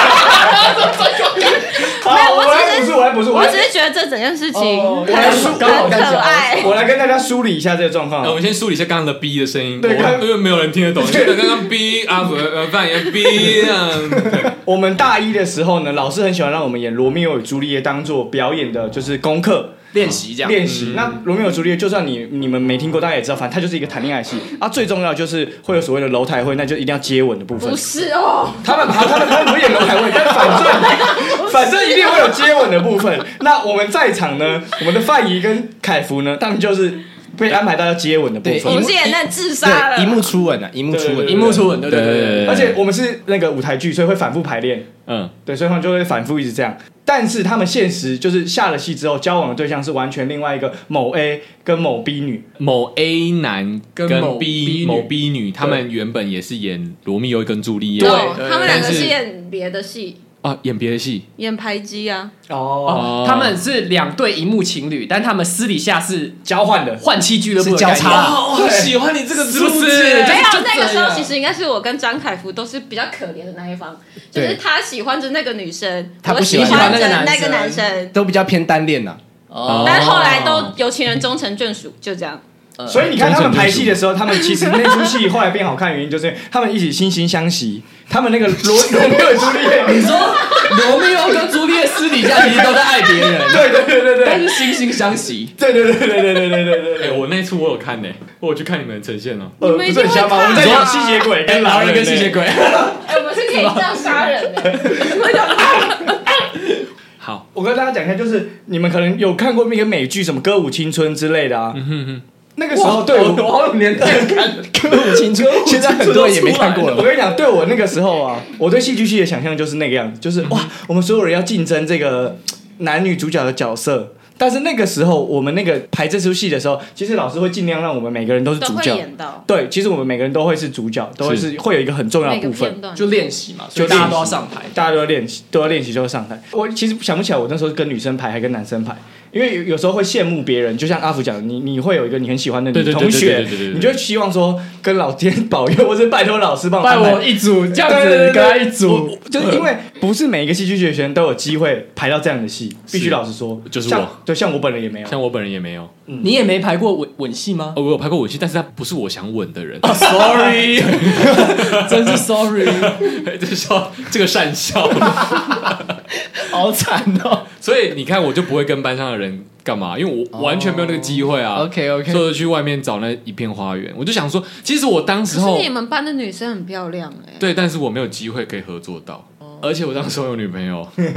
有，我只是我来补述， 我只是觉得这整件事情我来梳， 很可爱。 我来跟大家梳理一下这个状况。 我们先梳理一下刚刚的 B 的声音， 对， 因为没有人听得懂。刚刚 B 啊不呃扮演 B 啊。 我们大一的时候呢，老师很喜欢让我们演罗密欧与朱丽叶当做表演的，就是功课。 练习这样练习，那罗密欧朱丽叶，就算你你们没听过，大家也知道，反正它就是一个谈恋爱戏啊。最重要就是会有所谓的楼台会，那就一定要接吻的部分。 不是哦， 他们他们他们不演楼台会，但反正反正一定会有接吻的部分。那我们在场呢，我们的范怡跟凯福呢，他们就是被安排到要接吻的部分。 我们是演那自杀了， 一幕初吻啊，一幕初吻， 一幕初吻，对对对对。 而且我们是那个舞台剧，所以会反复排练。嗯，对，所以他们就会反复一直这样。但是他们现实就是下了戏之后，交往的对象是完全另外一个某 A 跟某 B 女， 某 A 男跟某 B 某 B 女，他们原本也是演罗密欧跟朱丽叶， 对，他们两个是演别的戏。 啊，演别的戏， 演排机啊！ 哦，他们是两对荧幕情侣，但他们私底下是交换的， 换妻俱乐部的交叉。 我好喜欢你这个是不是？ 没有，那个时候其实应该是我跟张凯福都是比较可怜的那一方，就是他喜欢着那个女生， 他不喜欢着那个男生， 都比较偏单恋呐。 哦，但后来都有情人终成眷属，就这样。 所以你看他们排戏的时候，他们其实那出戏后来变好看，原因就是他们一起惺惺相惜。他们那个罗罗密欧与朱丽叶， 你说罗密欧跟朱丽叶私底下其实都在爱别人， 对对对对对， 但是惺惺相惜。 对对对对对对对对对。 哎，我那出我有看呢，我有去看你们的呈现哦。 你们一定会看吗？我们在讲吸血鬼跟狼人跟吸血鬼。 哎，我们是可以这样杀人的。 好， 我跟大家讲一下，就是你们可能有看过那个美剧，什么《歌舞青春》之类的啊。嗯哼哼。那个时候对我好有年代感， 歌舞青春，现在很多人也没看过了。 我跟你讲，对我那个时候啊，我对戏剧系的想象就是那个样子，就是哇，我们所有人要竞争这个男女主角的角色。但是那个时候，我们那个排这出戏的时候，其实老师会尽量让我们每个人都是主角。 都会演到。 对，其实我们每个人都会是主角，都会是会有一个很重要的部分， 就练习嘛，所以大家都要上台， 大家都要练习，都要练习就会上台。我其实想不起来我那时候跟女生排还跟男生排。因为有有时候会羡慕别人，就像阿福讲的，你你会有一个你很喜欢的女同学，你就会希望说跟老天保佑，或是拜托老师帮我拜我一组这样子，跟他一组， 就是因为不是每一个戏剧学生都有机会排到这样的戏，必须老实说， 就是我， 对，像我本人也没有， 像我本人也没有， 你也没排过吻吻戏吗？ 哦，我有排过吻戏，但是他不是我想吻的人。 Sorry， 真是 Sorry， 这笑这个善笑， 好惨哦。 所以你看，我就不会跟班上的人干嘛，因为我完全没有那个机会啊。 OK OK， 所以去外面找那一片花园，我就想说，其实我当时候， 可是你们班的女生很漂亮哎、欸。 对，但是我没有机会可以合作到，哦、而且我当时候有女朋友。嗯，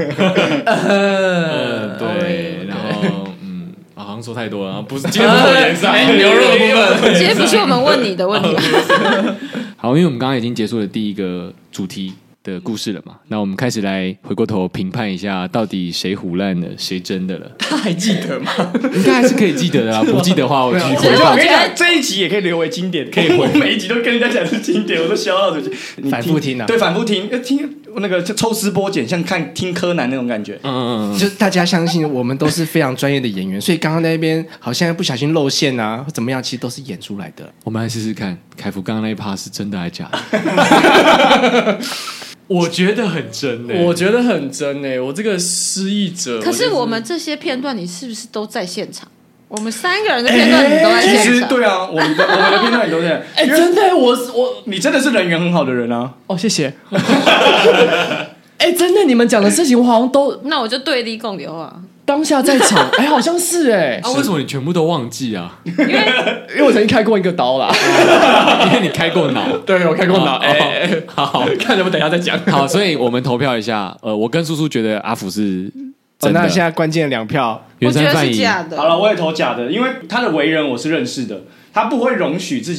对，然后嗯，好像说太多了，不是今天不是我延上牛肉的部分， 今天不是我们问你的问题。 好，因为我们刚刚已经结束了第一个主题的故事了嘛，那我们开始来回过头评判一下，到底谁唬烂了，谁真的了？ 他还记得吗？ 应该还是可以记得的啦，不记得的话我继续回放。 我跟你讲，这一集也可以留为经典，可以回每一集都跟人家讲是经典，我都笑到这里。 反复听啊， 对，反复听，听那个抽丝剥茧，像看听柯南那种感觉。嗯嗯嗯，就是大家相信我们都是非常专业的演员，所以刚刚那边好像不小心露馅啊，或怎么样，其实都是演出来的。 我们来试试看，凯福刚刚那一趴是真的还是假的？我觉得很真诶、欸， 我觉得很真诶、欸，我这个失忆者。 可是我们这些片段，你是不是都在现场？我们三个人的片段你都在现场。 其实对啊，我们的我们的片段你都在。 哎、欸，真的、欸，我我你真的是人缘很好的人啊！ 哦，谢谢。哎、欸，真的，你们讲的事情我好像都…… 那我就对立共流啊。 当下在场，哎、欸，好像是哎、欸。 啊，为什么你全部都忘记啊？ 因为因为我曾经开过一个刀啦， 因为你开过脑， 对我开过脑。哎、欸欸， 好， 看能不能等一下再讲。 好，所以我们投票一下。呃，我跟叔叔觉得阿福是真的。 哦、那现在关键两票， 我觉得是假的。 好了，我也投假的，因为他的为人我是认识的，他不会容许自己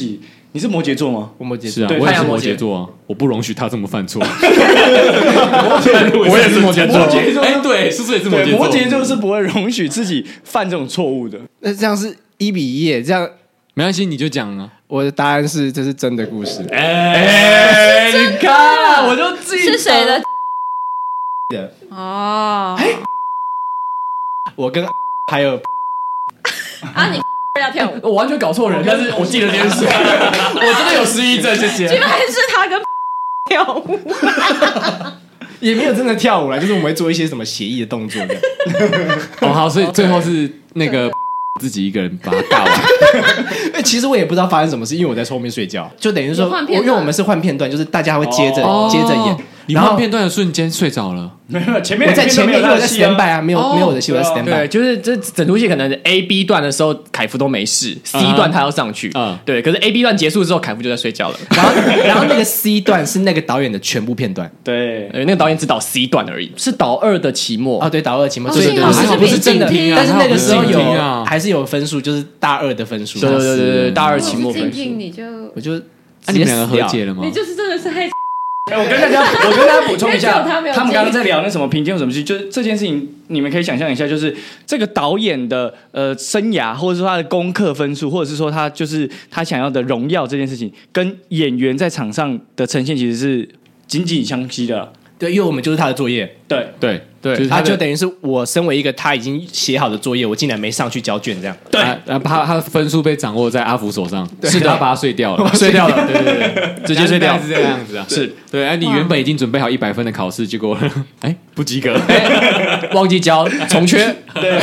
你是摩羯座吗？ 我摩羯是啊， 对我也是摩太阳摩羯羯座啊，我不容许他这么犯错。 我也是摩羯座摩羯座哎，对，叔叔也是摩羯对， 座。 摩羯座是不会容许自己犯这种错误的。 那这样是一比一耶，这样没关系，你就讲啊。 我的答案是这是真的故事。 哎，你看，我就记得是谁的？ 的哦， 我跟还有啊，你要跳舞， 我完全搞错人，但是我记得这件事，我真的有失忆症，谢谢。 居然是他跟跳舞。 也没有真的跳舞啦，就是我们会做一些什么协议的动作的。 哦，好，所以最后是那个自己一个人把它尬完。 哎，其实我也不知道发生什么事，因为我在后面睡觉，就等于说， 你换片段我因为我们是换片段，就是大家会接着、 哦接着演， 你然后换片段的瞬间睡着了。 没有前面我在前面，因为我在戏啊 stand by 啊，没有、 哦没有我的戏，我在 stand 对， by。 就是这整出戏可能 A B 段的时候，凯夫都没事，C 段他要上去， 嗯对，可是 A B 段结束之后，凯夫就在睡觉了。 然后然后那个 C 段是那个导演的全部片段。 对， 呃，那个导演只导 C 段而已，是导二的期末哦，对，导二期末， 哦对对对，不是幸好是不是真的没进听啊， 但是那个时候还有没有进听啊还是有分数，就是大二的分数。 对对对对对，大二期末分数。 静听你就我就那你们两个和解了吗你？就是真的是害。 哎，我跟大家，我跟大家补充一下， 因为只有他没有他们刚刚在聊那什么评鉴有什么戏，就是这件事情，你们可以想象一下，就是这个导演的呃生涯，或者说他的功课分数，或者是说他就是他想要的荣耀这件事情，跟演员在场上的呈现其实是紧紧相惜的。 对，因为我们就是他的作业， 对， 对对就是他的他就等于是我身为一个他已经写好的作业，我竟然没上去交卷，这样。 对啊然后他他的分数被掌握在阿福手上， 对是的，他把他睡掉了， 睡掉了对对对， 直接睡掉是这个样子啊， 是对。哎，你原本已经准备好一百分的考试，结果哎不及格。 忘记交，重缺。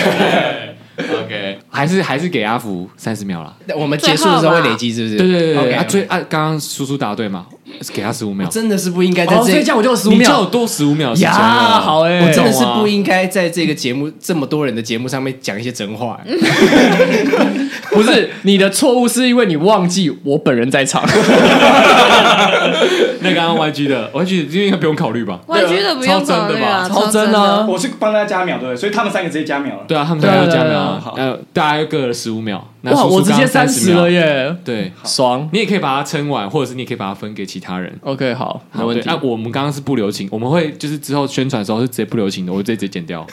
OK，还是还是给阿福三十秒了。 我们结束的时候会累积，是不是？ 对对对对 OK， 啊，最啊，刚刚叔叔答对嘛，给他十五秒， 真的是不应该在哦， 这所以这样我就有十五你就有秒。 多十五秒时间呀， 了。 好哎， 我真的是懂啊不应该在这个节目这么多人的节目上面讲一些真话。 不是你的错误，是因为你忘记我本人在场。 那刚刚 Y G 的 Y G 的应该不用考虑吧？ Y G 的不用考虑啊， 超真的啊我是帮大家加秒，对不对？所以他们三个直接加秒了。 对啊，他们都要加对啊秒啊好， 呃，大家各十五秒。那哇， 叔叔我直接刚刚三十了秒。 耶， 对， 爽。 你也可以把它撑完，或者是你也可以把它分给其他人。 OK，好，没好， 问题。 对啊，我们刚刚是不留情，我们会就是之后宣传的时候是直接不留情的，我会直接直接剪掉。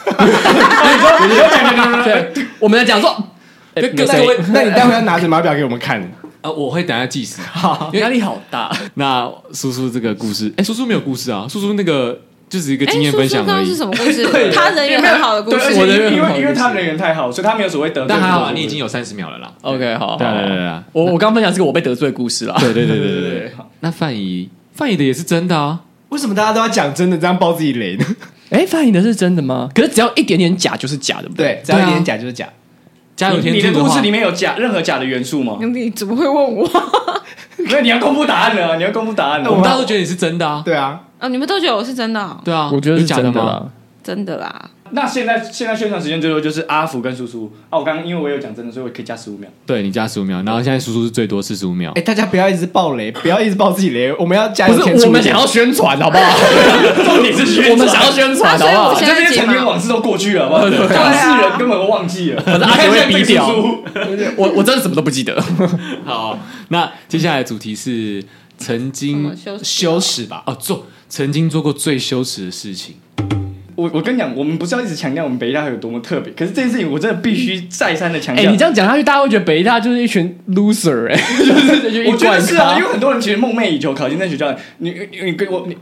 对，我们来讲说，哎跟那谁各位那你待会要拿着码表给我们看。 啊，我会等下计时。 压力好大。 那叔叔这个故事，哎，叔叔没有故事啊，叔叔那个就是一个哎， 经验叔分享而已叔刚刚是。什么故事对？ 他人缘很好的故对，而事。 且我的人因很好的故事为因为他人缘太好，所以他没有所谓得罪。 但还好啊，你已经有三十秒了啦。 OK，好， 对好对对对， 我我刚分享是个我被得罪的故事啦。 对对对对对对。那范怡，范怡的也是真的啊。 为什么大家都要讲真的，这样爆自己雷呢？ 哎，翻译的是真的吗？可是只要一点点假就是假的，不对，只要一点假就是假。 加油你你的添醋话故事里面有假任何假的元素吗？ 你怎么会问我？ 因为你要公布答案了，你要公布答案了。 我们大家都觉得你是真的啊。 对啊， 哦，你们都觉得我是真的哦？ 对啊， 我觉得是有假吗？ 真的啦。 真的啦。 那现在现在宣传时间最多就是阿福跟叔叔啊，我刚刚因为我有讲真的，所以我可以加十五秒。 对你加十五秒，然后现在叔叔是最多四十五秒哎，。大家不要一直爆雷，不要一直爆自己雷，我们要加不油添醋。 是我们想要宣传，好不好？ 重点是宣传我们想要宣传， 啊所以好不好我？现在这边陈几秒年往事都过去了，好不好？当事人根本都忘记了， 反正阿杰会逼掉你看现在这个叔叔我我真的什么都不记得。 好，那接下来主题是曾什经么羞耻羞耻吧？ 哦做曾经做过最羞耻的事情。 我我跟你讲，我们不是要一直强调我们北大有多么特别，可是这件事情我真的必须再三的强哎， 调。 你这样讲下去，大家会觉得北大就是一群 loser，哎，就是就一我觉得贯是啊， 咖因为很多人其实梦寐以求考进那学校。你你你跟我你，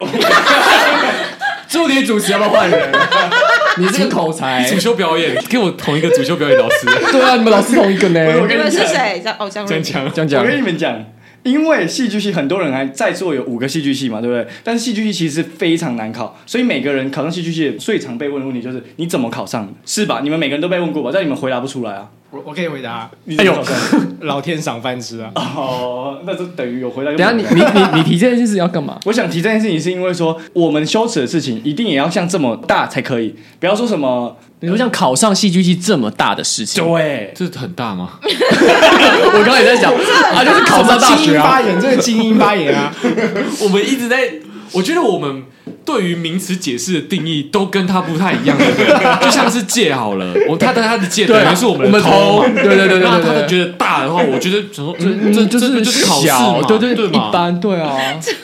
助理主持要不要换人？你这个口才， 主修表演，跟我同一个主修表演老师， 对啊，你们老师同一个呢。 你们是谁？叫哦，江瑞真强。 这样讲我，跟你们讲，因为戏剧系很多人还在座有五个戏剧系嘛，对不对？但是戏剧系其实非常难考，所以每个人考上戏剧系最常被问的问题就是你怎么考上的，是吧？你们每个人都被问过吧？但你们回答不出来啊。 我我可以回答， 你怎么考上的？ 老天赏饭吃啊！ 哦，那就等于有回答。 等一下你你你你提这件事情要干嘛？ 我想提这件事情，是因为说我们羞耻的事情一定也要像这么大才可以，不要说什么你说像考上戏剧系这么大的事情， 对， 这很大吗？ 我刚刚也在想啊，就是考上大精英学啊发，言，这个精英发言啊！ 我们一直在我觉得我们对于名词解释的定义都跟他不太一样，对不对？就像是戒好了，我他的他的戒等于是我们的头嘛， 对对对对， 那他就觉得大的话，我觉得怎么这这就是就是考试小， 嘛， 对对对嘛一般对啊。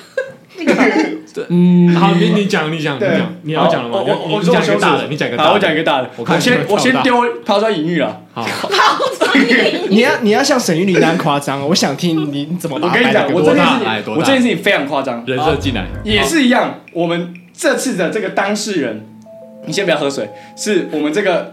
嗯，好，你你讲，你讲，你讲，你要讲了吗？ 我我我你讲一个大的，你讲一个大的， 好，我讲一个大的。 我看我先你会超大我先丢抛砖引玉了。 好， 你要你要像沈玉琳那样夸张，我想听你怎么把它我跟你讲， 掰得更大我这件事情， 来多大我这件事情非常夸张， 人设进来， 也是一样。我们这次的这个当事人，你先不要喝水，是我们这个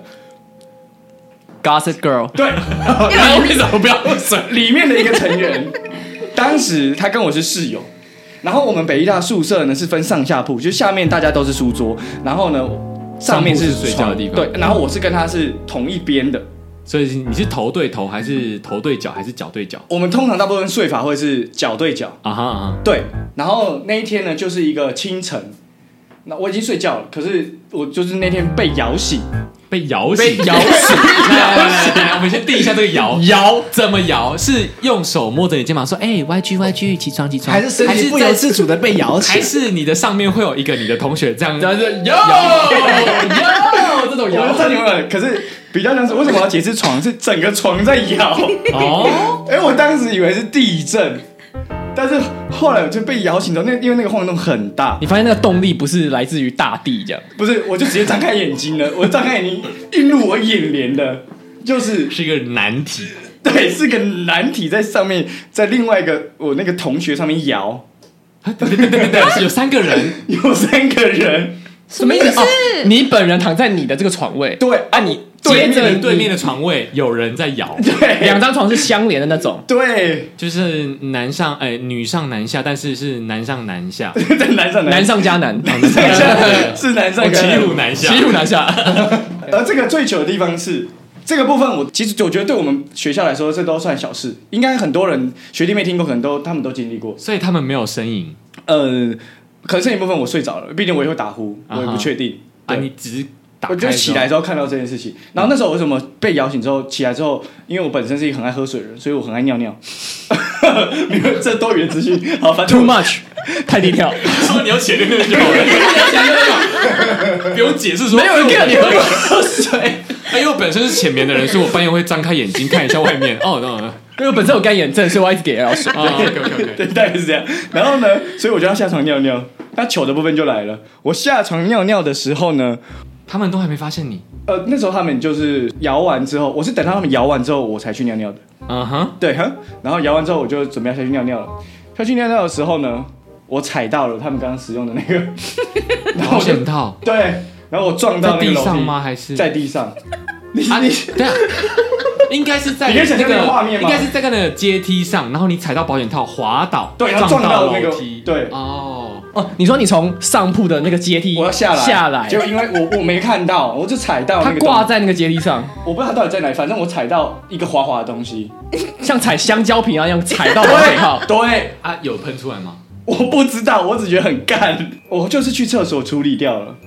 Gossip Girl， 对为什么不要喝水？ 里面的一个成员，当时他跟我是室友。然后我们北医大宿舍呢是分上下铺，就下面大家都是书桌，然后呢上面是上铺是睡觉的地方对，然后我是跟他是同一边的。 所以你是头对头，还是头对脚，还是脚对脚？ 我们通常大部分睡法会是脚对脚， 啊哈啊哈， 对。然后那一天呢，就是一个清晨，那我已经睡觉了，可是我就是那天被摇醒， 被摇被醒， 摇醒， 来来来来，我们先定一下这个摇摇怎么摇？是用手摸着你肩膀说：“哎，Y G Y G， 起床起床。” 还是身体不由自主的被摇起还？是你的上面会有一个你的同学这样？ 然后就哟哟这种我摇就，差点忘了。可是比较像是为什么要解释床？是整个床在摇。 哦， 哎，我当时以为是地震，但是后来我就被摇醒了。那因为那个晃动很大， 你发现那个动力不是来自于大地这样， 不是，我就直接张开眼睛了。我张开眼睛映入我眼帘的，就是是一个难题。 对，是个难题在上面，在另外一个我那个同学上面摇， 对对对对对，是有三个人， 有三个人。 什么意思？哦，你本人躺在你的这个床位， 对啊，你对接着对面的床位有人在摇， 对， 两张床是相连的那种， 对， 就是男上哎女上男下，但是是男上男下， 在男上难上加难， 是男上骑跟虎难下， 骑虎难下。 而这个最糗的地方是，这个部分我其实我觉得对我们学校来说，这都算小事。应该很多人学弟妹听过，可能都他们都经历过。 所以他们没有呻吟呃，可能剩一部分我睡着了，毕竟我也会打呼，我也不确定。 啊， 对你只是打我就开起来之后看到这件事情，然后那时候我为什么被摇醒之后起来之后，因为我本身是一个很爱喝水的人，所以我很爱尿尿。没有这多余的资讯，好，反正 Too much， 太低调。 说你要前面那个就好了，不用解释说没有人看你喝水， 哎，因为我本身是浅眠的人，所以我半夜会张开眼睛看一下外面。哦，那因为我本身有干眼症，所以我一直给人要水。 啊，OK OK OK， 对，大概是这样。然后呢，所以我就要下床尿尿。那糗的部分就来了，我下床尿尿的时候呢， 他们都还没发现你。 呃，那时候他们就是摇完之后，我是等到他们摇完之后我才去尿尿的。 嗯哼， 对哈，然后摇完之后我就准备要下去尿尿了。下去尿尿的时候呢，我踩到了他们刚刚使用的那个，然后保我就险套对，然后我撞到在那个楼梯地上吗？还是在地上？你啊， 你对啊，应该是在你可以想象那那个画面吗应该是在那个阶梯上，然后你踩到保险套滑倒， 对然后撞撞到那个楼梯， 对哦， 哦，你说你从上铺的那个阶梯我要下来下来， 就因为我我没看到，我就踩到它那个东挂在那个阶梯上， 我不知道它到底在哪里，反正我踩到一个滑滑的东西。 像踩香蕉皮一样踩到保险套。 对， 啊，有喷出来吗？ 我不知道，我只觉得很干，我就是去厕所处理掉了。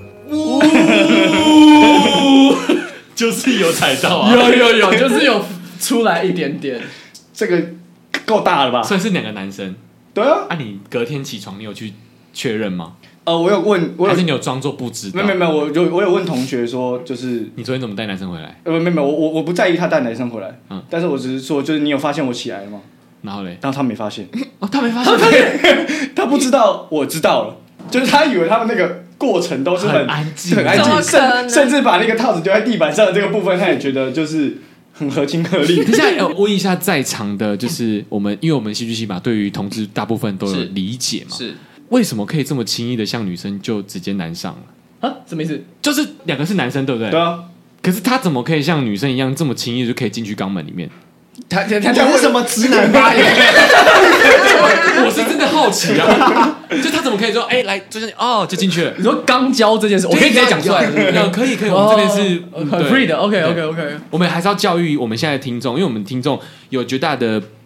就是有踩到啊， 有有有，就是有出来一点点。 这个够大了吧？ 所以是两个男生。 对啊， 啊，你隔天起床，你有去确认吗？ 呃，我有问，我有还是你有装作不知道？ 没有没有没有，我有我有问同学说，就是你昨天怎么带男生回来？ 呃没有没有，我我我不在意他带男生回来， 嗯但是我只是说，就是你有发现我起来了吗？ 然后嘞， 然后他没发现， 哦，他没发现， 他不知道我知道了，就是他以为他们那个过程都是很很安静很安怎么静， 可能甚甚至把那个套子丢在地板上的这个部分，他也觉得就是很合情合理。 等一下，呃问一下在场的，就是我们，因为我们戏剧系嘛，对于同志大部分都有是理解嘛， 是为什么可以这么轻易的像女生就直接男上了？ 啊，什么意思？ 就是两个是男生，对不对？ 对啊， 可是他怎么可以像女生一样这么轻易就可以进去肛门里面？ 他他他讲什么直男发言？ 我是真的好奇啊，就他怎么可以说，哎、来追上你，哦，就进去了？ 你说肛交这件事，我可以直接讲出来。 有可以可以，我们这边是、 哦很 free 的。OK OK OK。 我们还是要教育我们现在的听众，因为我们听众有绝大的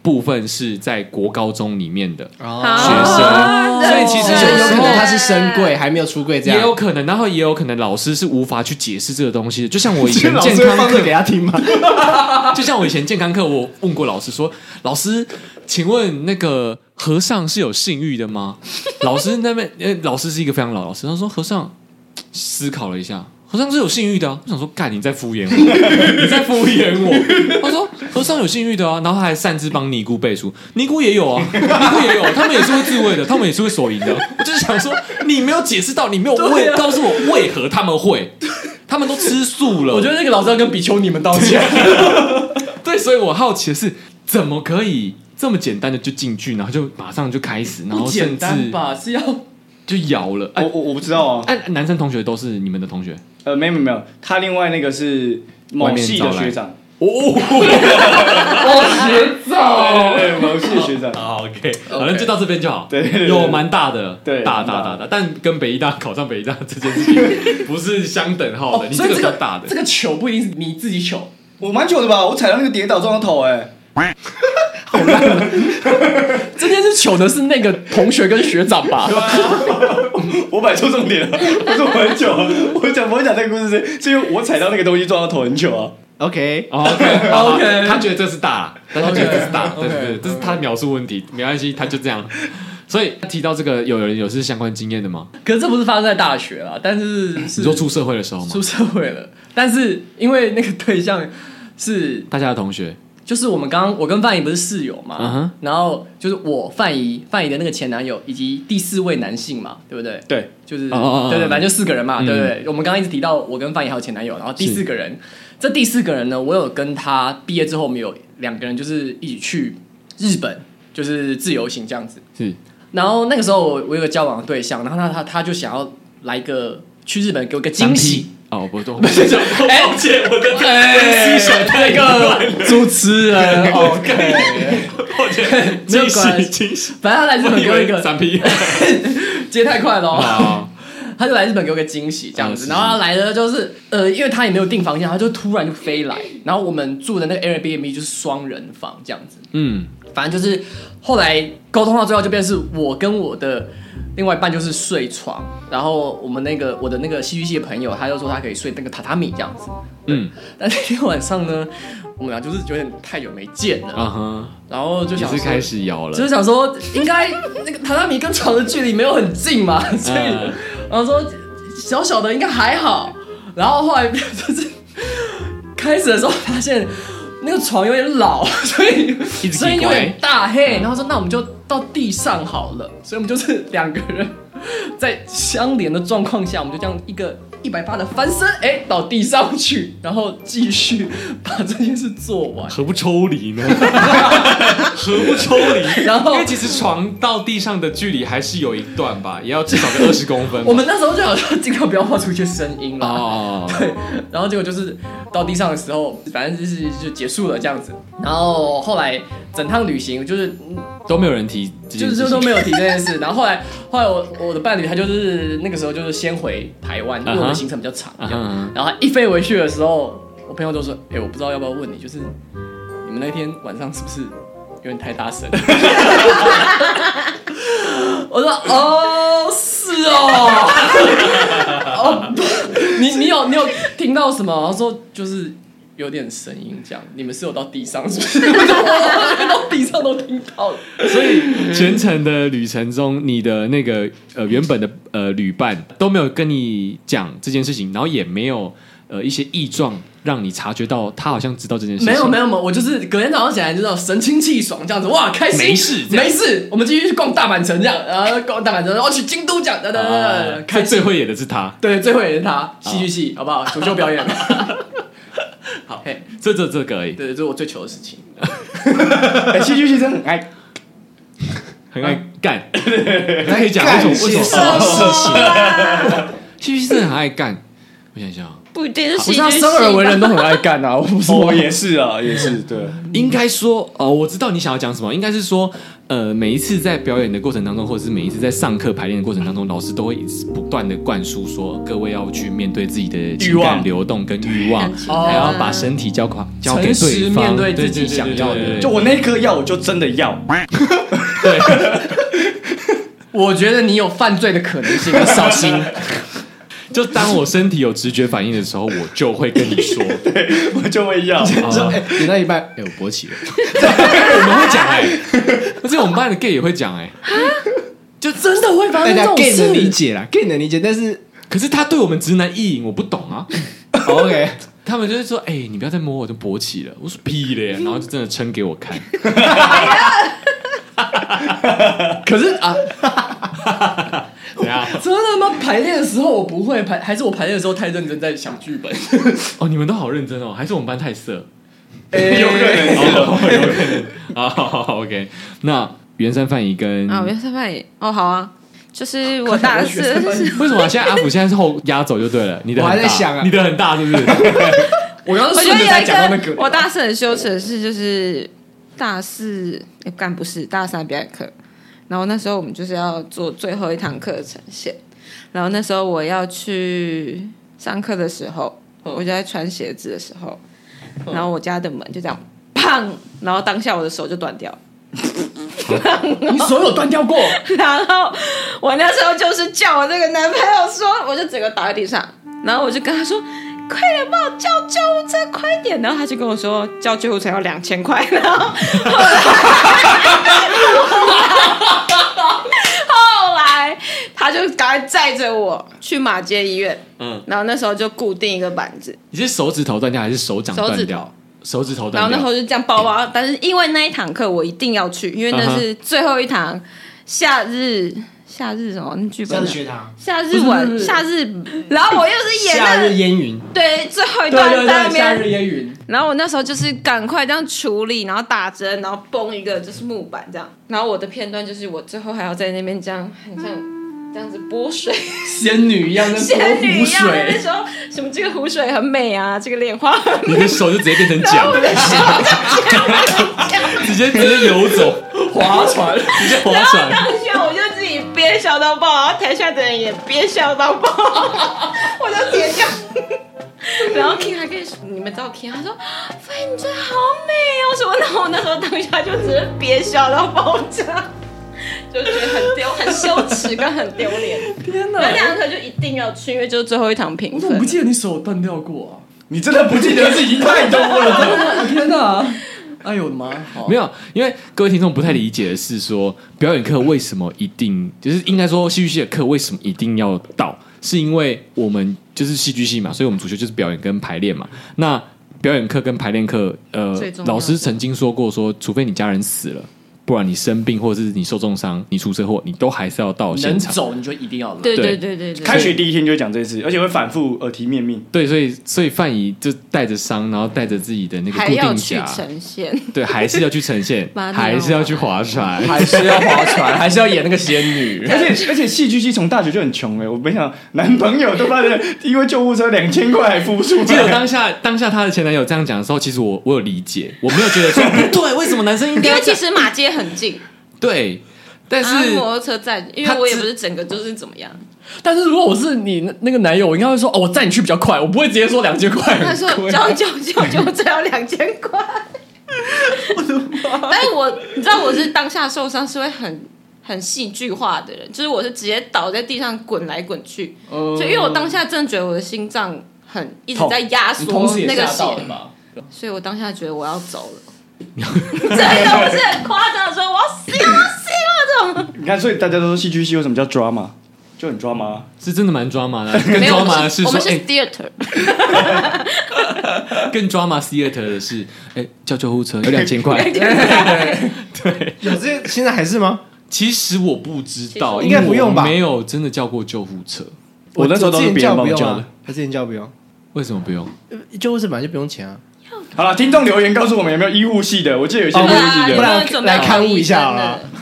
部分是在国高中里面的哦学生，所以其实有时候有可能他是深柜还没有出柜这样， 也有可能，然后也有可能老师是无法去解释这个东西的。就像我以前老健康课师会放这给他听吗？ 就像我以前健康课，我问过老师说：“老师，请问那个和尚是有性欲的吗？”老师那边，呃，老师是一个非常老老师，他说：“和尚思考了一下，和尚是有性欲的啊。”我想说：“干，你在敷衍我，你在敷衍我。”他说：“和尚有性欲的啊。”然后他还擅自帮尼姑背书，尼姑也有啊，尼姑也有，他们也是会自慰的，他们也是会手淫的。我就是想说，你没有解释到，你没有为、啊、告诉我为何他们会。他们都吃素了， 我觉得那个老师要跟比丘尼们道歉。 对，所以我好奇的是，怎么可以这么简单的就进去，然后就马上就开始，然后甚至吧是要就摇了。 我我我不知道啊。 哎、啊，男生同学都是你们的同学？ 呃，没有没有没有，他另外那个是某系的学长。 哦，学长， 对，某系的学长。 好 ，OK， 反正就到这边就好。 对，对有蛮大的， 对， 大大大大，但跟北医大考上北医大这件事情不是相等号的。你这个比较大的， 这个糗不一定是你自己糗， 我蛮糗的吧？我踩到那个跌倒撞到头，哎， 好烂。这件事糗的是那个同学跟学长吧？ 我摆错重点了，不是我很糗，我讲我讲那个故事是，是因为我踩到那个东西撞到头很糗啊。 OK OK OK， 他觉得这是大，但他觉得这是大，对对对，这是他的描述问题，没关系，他就这样。所以提到这个，有人有是相关经验的吗？ 可是这不是发生在大学啦，但是是你说出社会的时候吗？ 出社会了，但是因为那个对象是大家的同学， 就是我们刚刚我跟范怡不是室友嘛， uh-huh. 然后就是我范怡范怡的那个前男友以及第四位男性嘛，对不对？ 对， 就是、 哦哦哦对对，反正就四个人嘛， 嗯、 对不对？我们刚刚一直提到我跟范怡还有前男友，然后第四个人，这第四个人呢，我有跟他毕业之后，我们有两个人就是一起去日本，就是自由行这样子。 是， 然后那个时候我我有个交往的对象，然后他他他就想要来个去日本给我个惊喜。 哦，不不，抱歉，我的哎，那个主持人 ，OK， 抱歉， 没有关系， 惊喜， 反正他来日本给我一个三 P， 接太快了、 哦， 他就来日本给我个惊喜这样子，然后他来的就是呃，因为他也没有订房间，他就突然就飞来，然后我们住的那个 Airbnb 就是双人房这样子， 嗯， 反正就是后来沟通到最后就变成是我跟我的另外一半就是睡床，然后我们那个我的那个戏剧系的朋友他就说他可以睡那个榻榻米这样子，嗯，但那天晚上呢，我们俩就是有点太久没见了，啊哈，然后就想也是开始摇了， 就是想说应该那个榻榻米跟床的距离没有很近嘛，所以、嗯、然后说小小的应该还好，然后后来就是开始的时候发现那个床有点老，所以声音有点大嘿，然后说那我们就到地上好了，所以我们就是两个人在相连的状况下，我们就这样一个一百八的翻身，哎，到地上去，然后继续把这件事做完。 何不抽离呢？何不抽离？ 然后， 因为其实床到地上的距离还是有一段吧，也要至少个二十公分。 我们那时候就想说，尽量不要发出一些声音啦。 哦， 对。然后结果就是到地上的时候，反正就是就结束了这样子。然后后来整趟旅行就是都没有人提这件事情， 就是都没有提这件事。然后后来后来我我的伴侣他就是那个时候就是先回台湾，因为我的行程比较长。Uh-huh. 然后他一飞回去的时候，我朋友就说：“哎、欸，我不知道要不要问你，就是你们那天晚上是不是有点太大声？”我说：“哦，是哦。哦，你你有你有听到什么？”他说：“就是。”有点声音，这样你们是有到地上是不是？我到地上都听到了。 所以全程的旅程中，你的那个呃原本的呃旅伴都没有跟你讲这件事情，然后也没有呃一些异状让你察觉到他好像知道这件事情。 没有没有没有，我就是隔天早上起来就知道神清气爽这样子，哇，开心， 没事没事，我们继续去逛大阪城这样，然后逛大阪城，然后去京都这样，等等等， 开最会演的是他， 对，最会演的是他，戏剧系好不好？主秀表演。好，嘿， 这这这个而已。 对，这是我最糗的事情。 哎，戏剧系真的很爱， 很爱干。大家可以讲为什么为什么什么事情？戏剧系真的很爱干。我想一下， 不一定是戏剧不是啊， 系生而为人都很爱干啊，我不是哦， 我也是啊，也是对。 应该说，哦，我知道你想要讲什么。应该是说，呃，每一次在表演的过程当中，或者是每一次在上课排练的过程当中，老师都会一直不断的灌输说，各位要去面对自己的情感流动跟欲望，还要把身体交给交给诚实对方， 面对自己想要的对对对对对就我那颗药，我就真的要。 对， 我觉得你有犯罪的可能性，要小心。 就当我身体有直觉反应的时候，我就会跟你说， 我就会要。 说哎，演到一半，哎，我勃起了。 我们会讲哎，而且我们班的 gay 也会讲哎， 就真的会发大家生这种 gay 能理事。 解啦，gay 能理解，但是可是他对我们直男意淫，我不懂啊。 OK， 他们就是说，哎、欸，你不要再摸我就勃起了。我说屁嘞，然后就真的撑给我看。 可是啊， 怎样？ 真的吗？排练的时候我不会排，还是我排练的时候太认真在想剧本？ 哦，你们都好认真哦，还是我们班太色？ 欸、 有可能哦，有可能。啊，好好好 ，OK。那圆山范怡跟啊，圆山范怡哦，好啊，就是我大四， 为什么、啊、现在阿福现在是后压走就对了？你的我很大还在想啊你的很大是不是？ 我刚刚我觉得有顺着在讲到那个， 一个我大四很羞耻的事，就是大四干不是大三表演课，然后那时候我们就是要做最后一堂课的呈现，然后那时候我要去上课的时候，我就在穿鞋子的时候，然后我家的门就这样砰，然后当下我的手就断掉了。 你手有断掉过？ 然后我那时候就是叫我这个男朋友说，我就整个倒在地上，然后我就跟他说：“快点帮我叫救护车，快点！”然后他就跟我说：“叫救护车要两千块。”然后后来，后来他就赶快载着我去马街医院。嗯，然后那时候就固定一个板子， 你是手指头断掉还是手掌断掉？ 手指头。 手指头断掉， 然后那时候就这样包包，但是因为那一堂课我一定要去，因为那是最后一堂夏日夏日什么那剧本夏日学堂， 夏日晚夏日，然后我又是演夏那日烟云， 对最后一对对段在那对，夏日边， 烟云。 然后我那时候就是赶快这样处理，然后打针，然后绷一个就是木板这样，然后我的片段就是我最后还要在那边这样很像。这样子拨水， 仙女一样的仙女一样的水， 说什么这个湖水很美啊，这个莲花很美， 你的手就直接变成桨，直接直接游走， 划船， 直接划然后船。 当下我就自己憋笑到爆，然后台下的人也憋笑到爆，我就直接这样。然后 King 还跟你们知道 King 他说：“范怡你真的好美哦什么？”然后我那时候当下就只是憋笑到爆炸。就觉得很丢、很羞耻跟很丢脸。 天哪！ 那两堂课就一定要去，因为就是最后一堂评分。 我怎么不记得你手断掉过啊？ 你真的不记得是已经太多了。 天哪！哎呦我的妈！ 没有，因为各位听众不太理解的是说，表演课为什么一定就是应该说戏剧系的课为什么一定要到？是因为我们就是戏剧系嘛，所以我们主修就是表演跟排练嘛。那表演课跟排练课，呃，老师曾经说过说，除非你家人死了。不然你生病或者是你受重伤、你出车祸，你都还是要到现场。 能走你就一定要来。 对对对对对。 开学第一天就会讲这件事，而且会反复耳提面命。 对，所以所以范怡就带着伤，然后带着自己的那个固定夹， 还要去呈现。 对，还是要去呈现，还是要去划船， 还是要划船，还是要演那个仙女。 而且而且戏剧系从大学就很穷哎、欸，我没想到男朋友都发现因为救护车两千块还付出。 记得当下当下她的前男友这样讲的时候，其实我我有理解，我没有觉得说不对，为什么男生应该？ 因为其实马街很近。 对，但是、啊、 摩托车站，因为我也不是整个就是怎么样。 但是如果我是你那个男友，我应该会说哦，我载你去比较快，我不会直接说两千块。 他说交交交就只要两千块。我的妈！但是我你知道我是当下受伤是会很很戏剧化的人，就是我是直接倒在地上滚来滚去，呃、所以因为我当下真的觉得我的心脏很一直在压缩那个血，所以我当下觉得我要走了。真的，我是很夸张的说我要死了，我要死了这种。 你看，所以大家都说戏剧系为什么叫 drama， 就很 drama， 是真的蛮 drama 的。更 drama 的是说， 我们是 theater，、 欸、更 drama theater 的是，哎、欸，叫救护车有两千块。对对， 有这现在还是吗？ 其实我不知道， 应该不用吧？ 没有真的叫过救护车。 我那时候都是别人帮我叫的， 他之前叫不用。 为什么不用？ 救护车本来就不用钱啊。 好了，听众留言告诉我们有没有医护系的？我记得有些医护系的， 不然来刊物一下好了。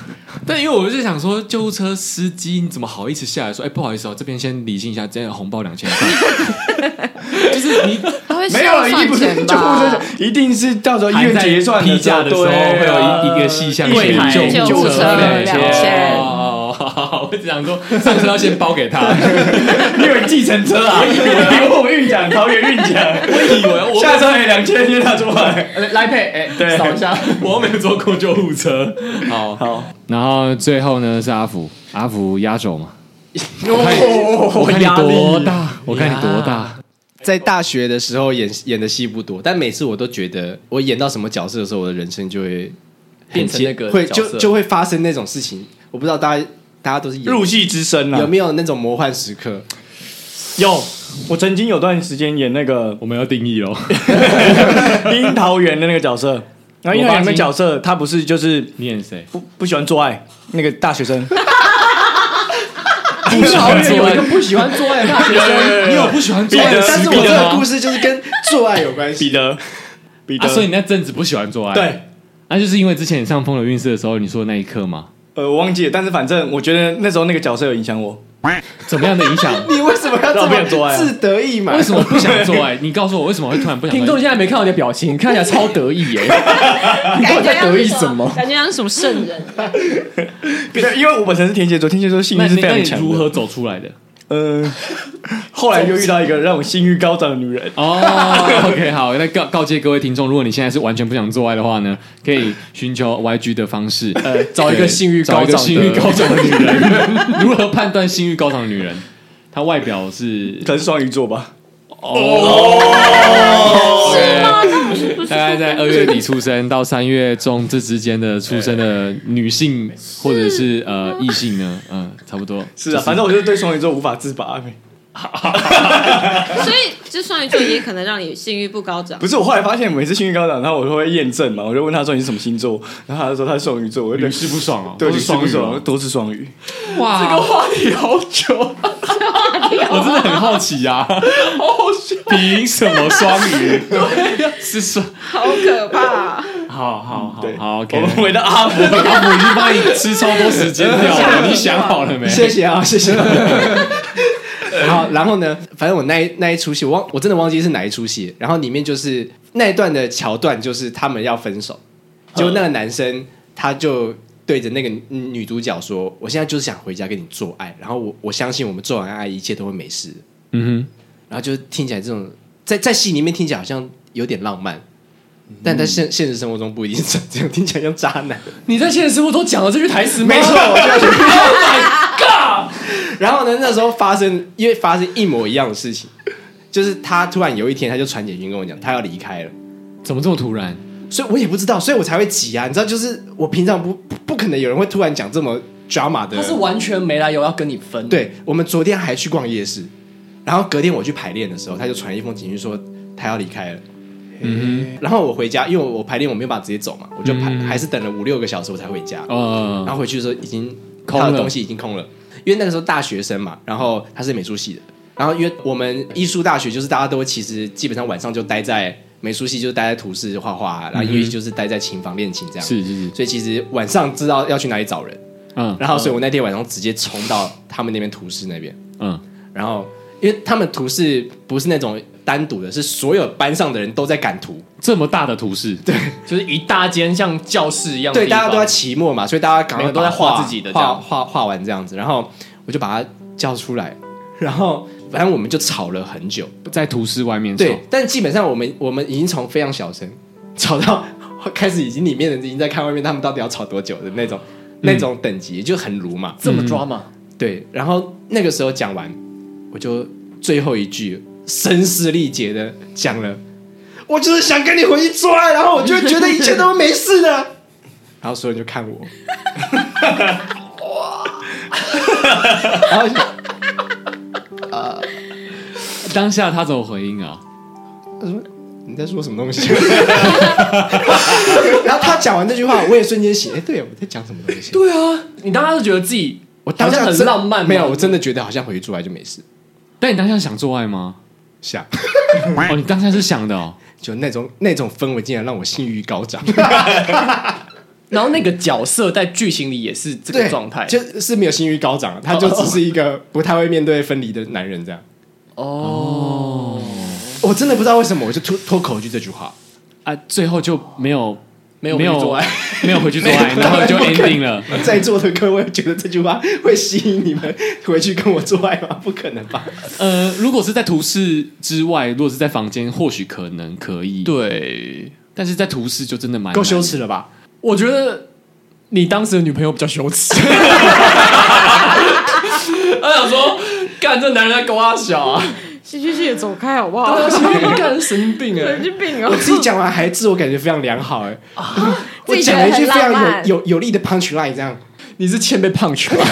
但因为我就想说，救护车司机你怎么好意思下来说，哎、欸，不好意思哦，这边先理清一下，这样红包两千块，就是你他会没有，一定不是救护车，一定是到时候医院结算批价的时候会有一一个细项柜台救护车两千。 哦，好好好，我只想说上车要先包给他， 你以为计程车啊？我以为我运奖，桃园运奖， 我以为我下车也两千，先拿出来， 来配，哎，对，扫一下， 我没有坐过救护车。好好， 然后最后呢是阿福，阿福压轴嘛。 哦， 我看你多大，我看你多大。 在大学的时候演演的戏不多，但每次我都觉得我演到什么角色的时候，我的人生就会变成那个会角色就就会发生那种事情。我不知道大家大家都是演入戏之身啊， 有没有那种魔幻时刻？ 有，我曾经有段时间演那个我们要定义咯， 樱桃园的那个角色。然后樱桃园的角色，他不是就是你演谁？ 不不喜欢做爱那个大学生。 不喜欢做爱，有一个不喜欢做爱的大学生， 你有不喜欢做爱的但是我时刻吗？ 这个故事就是跟做爱有关系。 彼得，彼得， 啊，所以你那阵子不喜欢做爱， 对， 那、啊、就是因为之前你上风流韵事的时候，你说的那一刻吗？ 呃，我忘记了，但是反正我觉得那时候那个角色有影响我。 怎么样的影响？ 你为什么要这么自得意满？ 为什么不想做爱？你告诉我为什么会突然不想做爱？ 听众现在没看到你的表情，看起来超得意耶！你到底在得意什么？ 感觉像什么圣人？ 对，因为我本身是天蝎座，天蝎座性欲是非常强的。 如何走出来的？ 呃，后来又遇到一个让我性欲高涨的女人。 哦 ，OK， 好，那告告诫各位听众，如果你现在是完全不想做爱的话呢，可以寻求 Y G 的方式， 呃，找一个性欲高涨、 找一个性欲高涨的女人。如何判断性欲高涨的女人？她外表是可能是双鱼座吧？ 哦， 是吗？那不是不是大概在二月底出生到三月中这之间的出生的女性或者是呃异性呢，嗯、呃，差不多是啊，反正我就对双鱼座无法自拔。 所以这双鱼座也可能让你性欲不高涨。 不是，我后来发现每次性欲高涨，然后我就会验证嘛，我就问他说你是什么星座，然后他就说他是双鱼座，我就屡试不爽哦， 对， 都是双鱼双哦， 都是双鱼。 哇， 这个话题好久， 我真的很好奇呀、啊， 好好笑。 凭什么双鱼？是双？ 好可怕！ 好好好对好 ，OK。 我们回到阿福， 阿福已经帮你吃超多时间掉了，你想好了没？ 谢谢啊，谢谢。好，然后呢，反正我那一那一出戏，我忘我真的忘记是哪一出戏。然后里面就是那一段的桥段，就是他们要分手，结果那个男生他就对着那个女主角说：“我现在就是想回家跟你做爱，然后我我相信我们做完爱一切都会没事。” 嗯然后就听起来这种在在戏里面听起来好像有点浪漫，但在现现实生活中不一定是这样，听起来像渣男。 你在现实生活中讲了这句台词吗？ 没错，我就要去。Oh my god！ 然后呢，那时候发生，因为发生一模一样的事情，就是他突然有一天他就传简讯跟我讲，他要离开了， 哼，怎么这么突然？ 所以我也不知道，所以我才会急啊！你知道，就是我平常不不不可能有人会突然讲这么 drama 的， 他是完全没来由要跟你分。， 对，我们昨天还去逛夜市，然后隔天我去排练的时候，他就传一封简讯说他要离开了。 嗯然后我回家，因为我排练我没有办法直接走嘛，我就排、 嗯还是等了五六个小时我才回家。 哼，呃， 然后回去的时候已经空了他的东西已经空了，因为那个时候大学生嘛，然后他是美术系的，然后因为我们艺术大学就是大家都其实基本上晚上就待在美术系，就待在图室画画，然后音乐系就是待在琴房练琴这样， 是是是， 所以其实晚上知道要去哪里找人， 嗯然后所以我那天晚上直接冲到他们那边图室那边， 嗯， 然后因为他们图室不是那种单独的，是所有班上的人都在赶图， 这么大的图示，对， 就是一大间像教室一样的对， 地方， 大家都在期末嘛，所以大家赶快每个都在把画画自己的这画样画画完这样子，然后我就把他叫出来，然后反正我们就吵了很久， 在图示外面吵， 对，但基本上我们我们已经从非常小声吵到开始已经里面的人已经在看外面他们到底要吵多久的那种、嗯、那种等级，就很如嘛， 这么抓嘛、 嗯。对，然后那个时候讲完，我就最后一句声嘶力竭的讲了，我就是想跟你回去做爱，然后我就会觉得一切都没事的，然后所有人就看我，哇，然后呃，当下他怎么回应啊？ 他说你在说什么东西？然后他讲完这句话，我也瞬间醒，哎，对，我在讲什么东西？ 对啊，你当时就觉得自己我当下好像很浪漫吗， 没有，我真的觉得好像回去做爱就没事。 但你当下想做爱吗？ 想哦，你当下是想的哦， 就那种那种氛围，竟然让我性欲高涨。 然后那个角色在剧情里也是这个状态， 就是没有性欲高涨，他就只是一个不太会面对分离的男人这样。 哦， 我真的不知道为什么我就脱脱口一句这句话啊，最后就没有没有没有做爱， 没有回去做爱，然后就 ending 了。 在座的各位觉得这句话会吸引你们回去跟我做爱吗？不可能吧？ 呃，如果是在图室之外，如果是在房间，或许可能可以。 对， 但是在图室就真的蛮够羞耻了吧？ 我觉得你当时的女朋友比较羞耻。他想说，干这男人在勾他小啊！ 戏剧系也走开好不好？ 对啊，干神经病哎、欸， 神经病哦！ 我自己讲完还自我感觉非常良好哎、欸，啊、我讲了一句非常有有有力的 punch line， 这样你是欠被 punch 吧？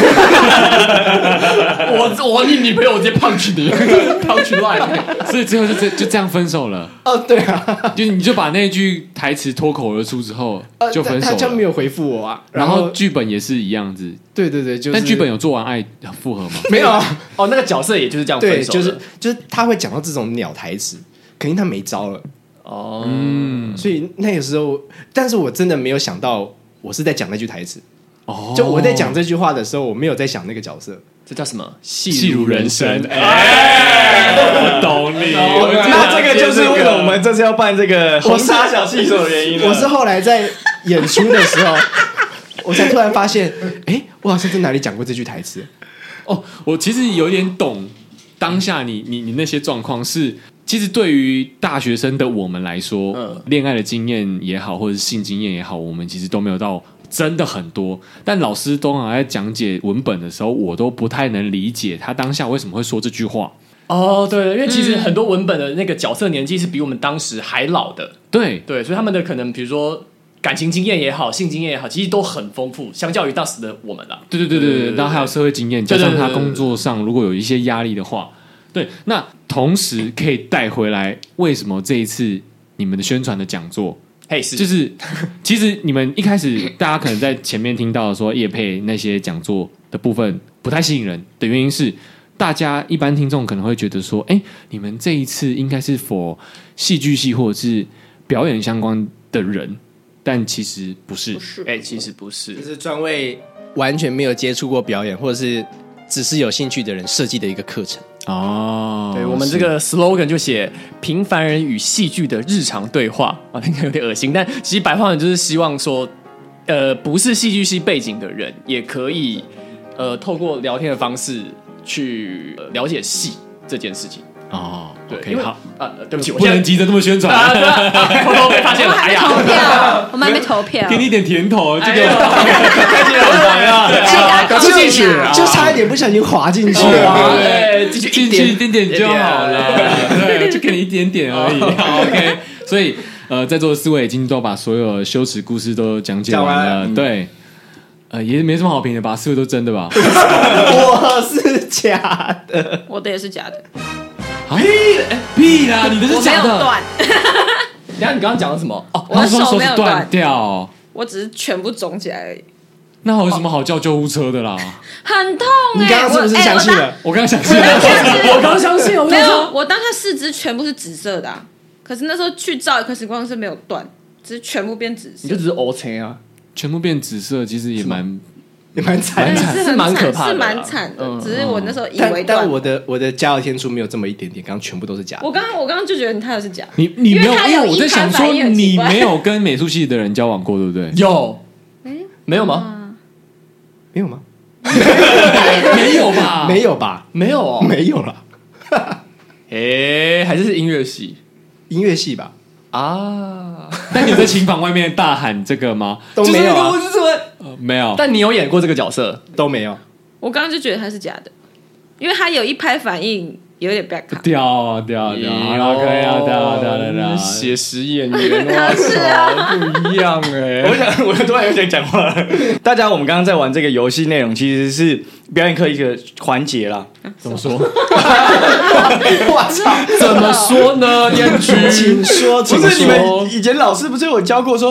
我我你女朋友我直接 punch 你 punch line， 所以最后就这就这样分手了。 哦，对啊， 就你就把那句台词脱口而出之后就分手了， 他就没有回复我啊。 然后剧本也是一样子， 对对对，就是、 但剧本有做完爱复合吗？ 没有啊。 哦，那个角色也就是这样分手， 对，就是就是他会讲到这种鸟台词，肯定他没招了。 哦， 嗯， 所以那个时候，但是我真的没有想到我是在讲那句台词。 哦， 就我在讲这句话的时候，我没有在想那个角色， 这叫什么？ 戏如人生。 哎，我懂你。那这个就是为什么我们这次要办这个红沙小戏所的原因。 我是后来在演出的时候，我才突然发现，哎，我好像在哪里讲过这句台词。 哦，我其实有点懂当下你你你那些状况是。其实对于大学生的我们来说，嗯，恋爱的经验也好，或者是性经验也好，我们其实都没有到真的很多。但老师通常在讲解文本的时候，我都不太能理解他当下为什么会说这句话。 哦，对，因为其实很多文本的那个角色年纪是比我们当时还老的， 对对，所以他们的可能比如说感情经验也好，性经验也好，其实都很丰富，相较于当时的我们啦。 对对对对对，然后还有社会经验，加上他工作上如果有一些压力的话。对，那同时可以带回来，为什么这一次你们的宣传的讲座， 嘿，是就是其实你们一开始大家可能在前面听到说业配那些讲座的部分不太吸引人的原因是，大家一般听众可能会觉得说，哎，你们这一次应该是 for 戏剧系或者是表演相关的人，但其实不是， 不是， 哎，其实不是， 就是专为完全没有接触过表演，或者是只是有兴趣的人设计的一个课程。 哦， 对，我们这个 slogan 就写平凡人与戏剧的日常对话啊，听起来有点恶心，但其实白话文就是希望说，呃，不是戏剧系背景的人也可以，呃，透过聊天的方式去、呃、了解戏这件事情。 哦， 对， okay, 因为好啊、呃，对不起，我不能急着这么宣传， 啊啊、偷偷被发现了，哎呀， 投票，我们还没投票， 给你一点甜头，这个开心很忙呀， 搞不进去，就差一点不小心滑进去了， 对，进去进去一点点就好了，对，就给你一点点而已。OK， 所以呃，在座的四位已经都把所有羞耻故事都讲解完了，对。呃，也没什么好评的吧？四位都真的吧？ 我是假的， 我的也是假的。 屁屁啦！你的是假的。 我没有断。 等一下你刚刚讲的什么？哦， 我的手没有断掉， 我只是全部肿起来而已。 那我有什么好叫救护车的啦？ 很痛哎、 欸！你刚刚是不是相信了？ 我刚刚相信了， 我刚相信，我没有，我当下四肢全部是紫色的、啊，可是那时候去照一颗时光是没有断，只是全部变紫色。 你就只是 O C 啊， 全部变紫色，其实也蛮也蛮惨， 是蛮可怕的， 是蛮惨的。 嗯、 只是我那时候以为但，但我的我的加油天数没有这么一点点，刚刚全部都是假的。 我刚刚我刚刚就觉得他的是假的， 你你没有， 因为我在想说你没有跟美术系的人交往过，对不对？ 有，没有吗？ 没有吗？ 没有吧？ 没有吧？ 没有哦， 没有了。 哎，还是是音乐系， 音乐系吧？ 啊！ 但你在琴房外面大喊这个吗？ 都没有啊， 呃，没有。 但你有演过这个角色？ 都没有。 我刚刚就觉得他是假的，因为他有一拍反应有点 back up。 掉掉掉，好了，可以啊，掉掉掉掉。 写实演员， 哇塞， 不一样哎！ 我想，我突然有点讲话了。大家，我们刚刚在玩这个游戏内容，其实是表演课一个环节啦。 怎么说？ 我操！ 怎么说呢？燕居， 请说， 不是你们以前老师不是有教过说，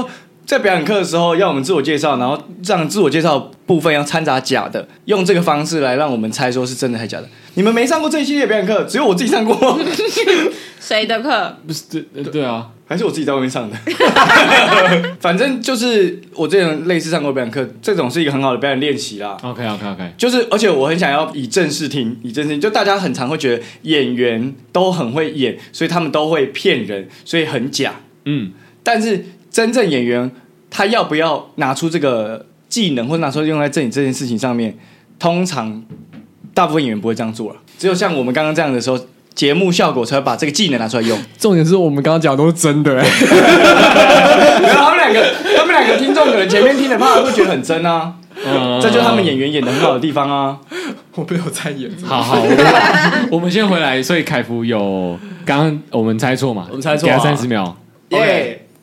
在表演课的时候要我们自我介绍，然后让自我介绍部分要掺杂假的，用这个方式来让我们猜说是真的还是假的。你们没上过这一系列表演课，只有我自己上过。 谁的课？ 不是对对啊， 还是我自己在外面上的。反正就是我之前类似上过表演课，这种是一个很好的表演练习啦。 OK OK OK， 就是，而且我很想要以正视听，以正视听。就大家很常会觉得演员都很会演，所以他们都会骗人，所以很假。嗯，但是真正演员他要不要拿出这个技能，或者拿出用在这里这件事情上面，通常大部分演员不会这样做了。只有像我们刚刚这样的时候，节目效果才会把这个技能拿出来用。 重点是我们刚刚讲的都是真的、欸， 没有他们两个，他们两个听众可能前面听的怕会觉得很真啊，嗯、这就是他们演员演的很好的地方啊。 我没有在演。 好好，我们我们先回来。所以凯福有刚刚我们猜错嘛？ 我们猜错、啊， 给他三十秒， 耶、yeah ！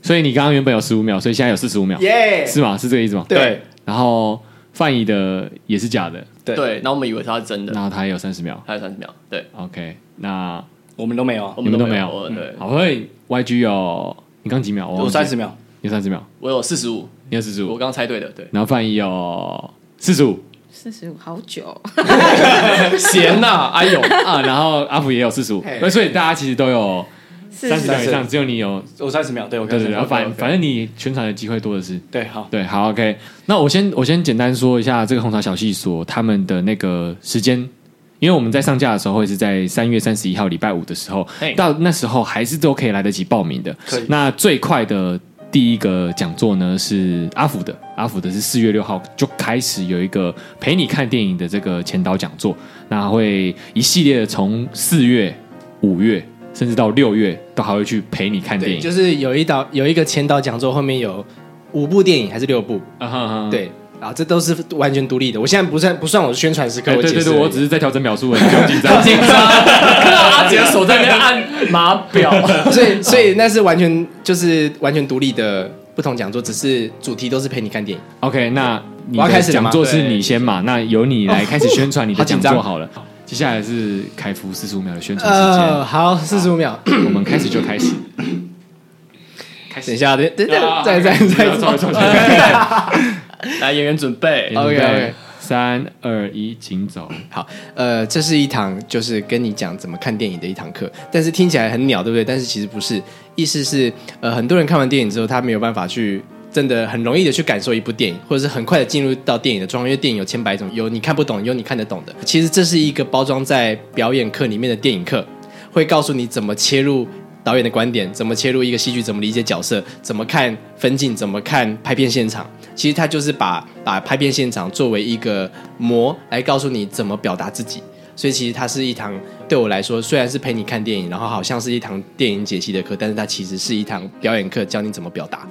所以你刚刚原本有十五秒，所以现在有四十五秒， 耶、yeah ！ 是吗？是这个意思吗？ 对。 然后范怡的也是假的， 对。对，然后我们以为他是真的， 然后他也有三十秒， 他有三十秒，对。 OK， 那我们都没有， 你们都没有， 有对。 好，所以 Y G 有你刚几秒？ 我三十秒， 你三十秒， 我有四十五， 你有四十五， 我刚猜对的，对。 然后范怡有四十五， 四十五好久， 闲呐，哎呦啊，然后阿福也有四十五，所以大家其实都有三十秒以上，只有你有我三十秒，对，我对对对，反反正你宣传的机会多的是， 对，好， 对，好 ，OK。那我先我先简单说一下这个红茶小戏所他们的那个时间，因为我们在上架的时候会是在三月三十一号礼拜五的时候，到那时候还是都可以来得及报名的。那最快的第一个讲座呢是阿福的，阿福的是四月六号就开始有一个陪你看电影的这个前导讲座，那会一系列的从四月、五月。甚至到六月都还会去陪你看电影， 就是有一导有一个前导讲座，后面有五部电影还是六部？啊哈哈，对啊，这都是完全独立的。我现在不算不算我是宣传时刻， 欸、 我对对对，我只是在调整秒数而已，不用紧张， 紧张。看到阿杰手在那边按码表， 所以所以那是完全就是完全独立的不同讲座，只是主题都是陪你看电影。 OK， 那你的讲座是你先嘛？那由你来开始宣传你的讲座好了。好，接下来是凯福四十五秒的宣传时间。 呃，好，四十五秒， 我们开始就开始。开始， 等一下，等等等，再再再再再来，演员准备。 OK OK， 三二一，请走。 好，呃，这是一堂就是跟你讲怎么看电影的一堂课，但是听起来很鸟，对不对？但是其实不是，意思是，呃，很多人看完电影之后，他没有办法去。真的很容易的去感受一部电影，或者是很快的进入到电影的状况，因为电影有千百种，有你看不懂，有你看得懂的。其实这是一个包装在表演课里面的电影课，会告诉你怎么切入导演的观点，怎么切入一个戏剧，怎么理解角色，怎么看分镜，怎么看拍片现场。其实它就是把把拍片现场作为一个模来告诉你怎么表达自己。所以其实它是一堂对我来说，虽然是陪你看电影，然后好像是一堂电影解析的课，但是它其实是一堂表演课，教你怎么表达。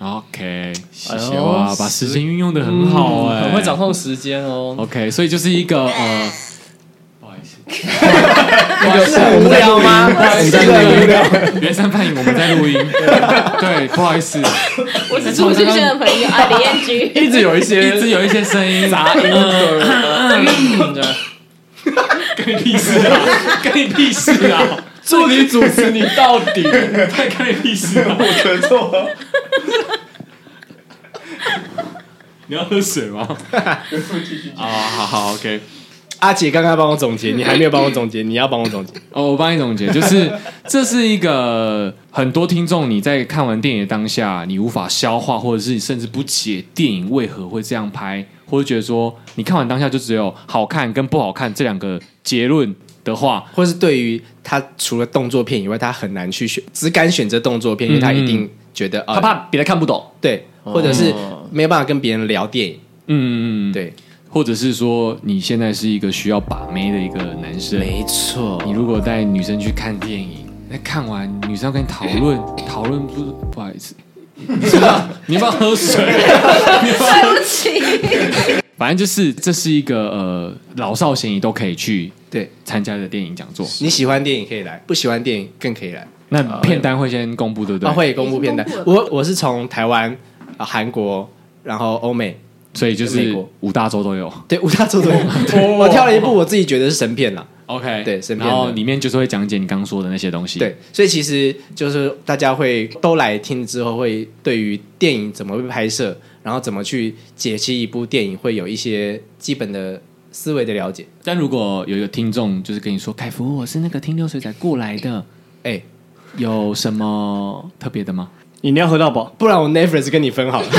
OK， 谢谢哇，把时间运用的很好哎、欸， 很会掌控时间哦。 OK， 所以就是一个呃，不好意思， 那个是无聊吗？ 我们在录音，圆山半影我们在录音，对，不好意思， 我是朱志轩的朋友啊，李彦居， 一直有一些， 一直有一些声音杂音， 跟你屁事啊，跟你屁事啊！ 助理主持你到底太干你屁事了！ 我觉得错了。 你要喝水吗？啊，好好 ，OK。 阿姐刚刚帮我总结，你还没有帮我总结，你要帮我总结。 哦，我帮你总结，就是这是一个很多听众你在看完电影的当下，你无法消化，或者是甚至不解电影为何会这样拍，或者觉得说你看完当下就只有好看跟不好看这两个结论的话， 或是对于他除了动作片以外，他很难去选，只敢选择动作片，因为他一定觉得、 嗯、他怕别人看不懂， 对，或者是没有办法跟别人聊电影， 嗯嗯， 对。 或者是说你现在是一个需要把妹的一个男生， 没错。 你如果带女生去看电影，那看完女生要跟你讨论，讨论不不好意思，你要不要喝水？ 对不起。 反正就是这是一个呃老少咸宜都可以去对参加的电影讲座。 你喜欢电影可以来，不喜欢电影更可以来。 那片单会先公布，对不对？ 啊，会公布片单。我我是从台湾、啊、韩国，然后欧美。 所以就是五大洲都有， 对，五大洲都有。我挑了一部我自己觉得是神片啦。 OK， 对审片的然后里面就是会讲解你刚刚说的那些东西。 对，所以其实就是大家会都来听之后，会对于电影怎么被拍摄，然后怎么去解析一部电影，会有一些基本的思维的了解。 但如果有一个听众就是跟你说，凯福，我是那个听流水仔过来的， 哎， 有什么特别的吗？ 饮料喝到饱， 不然我 Netflix 跟你分好了。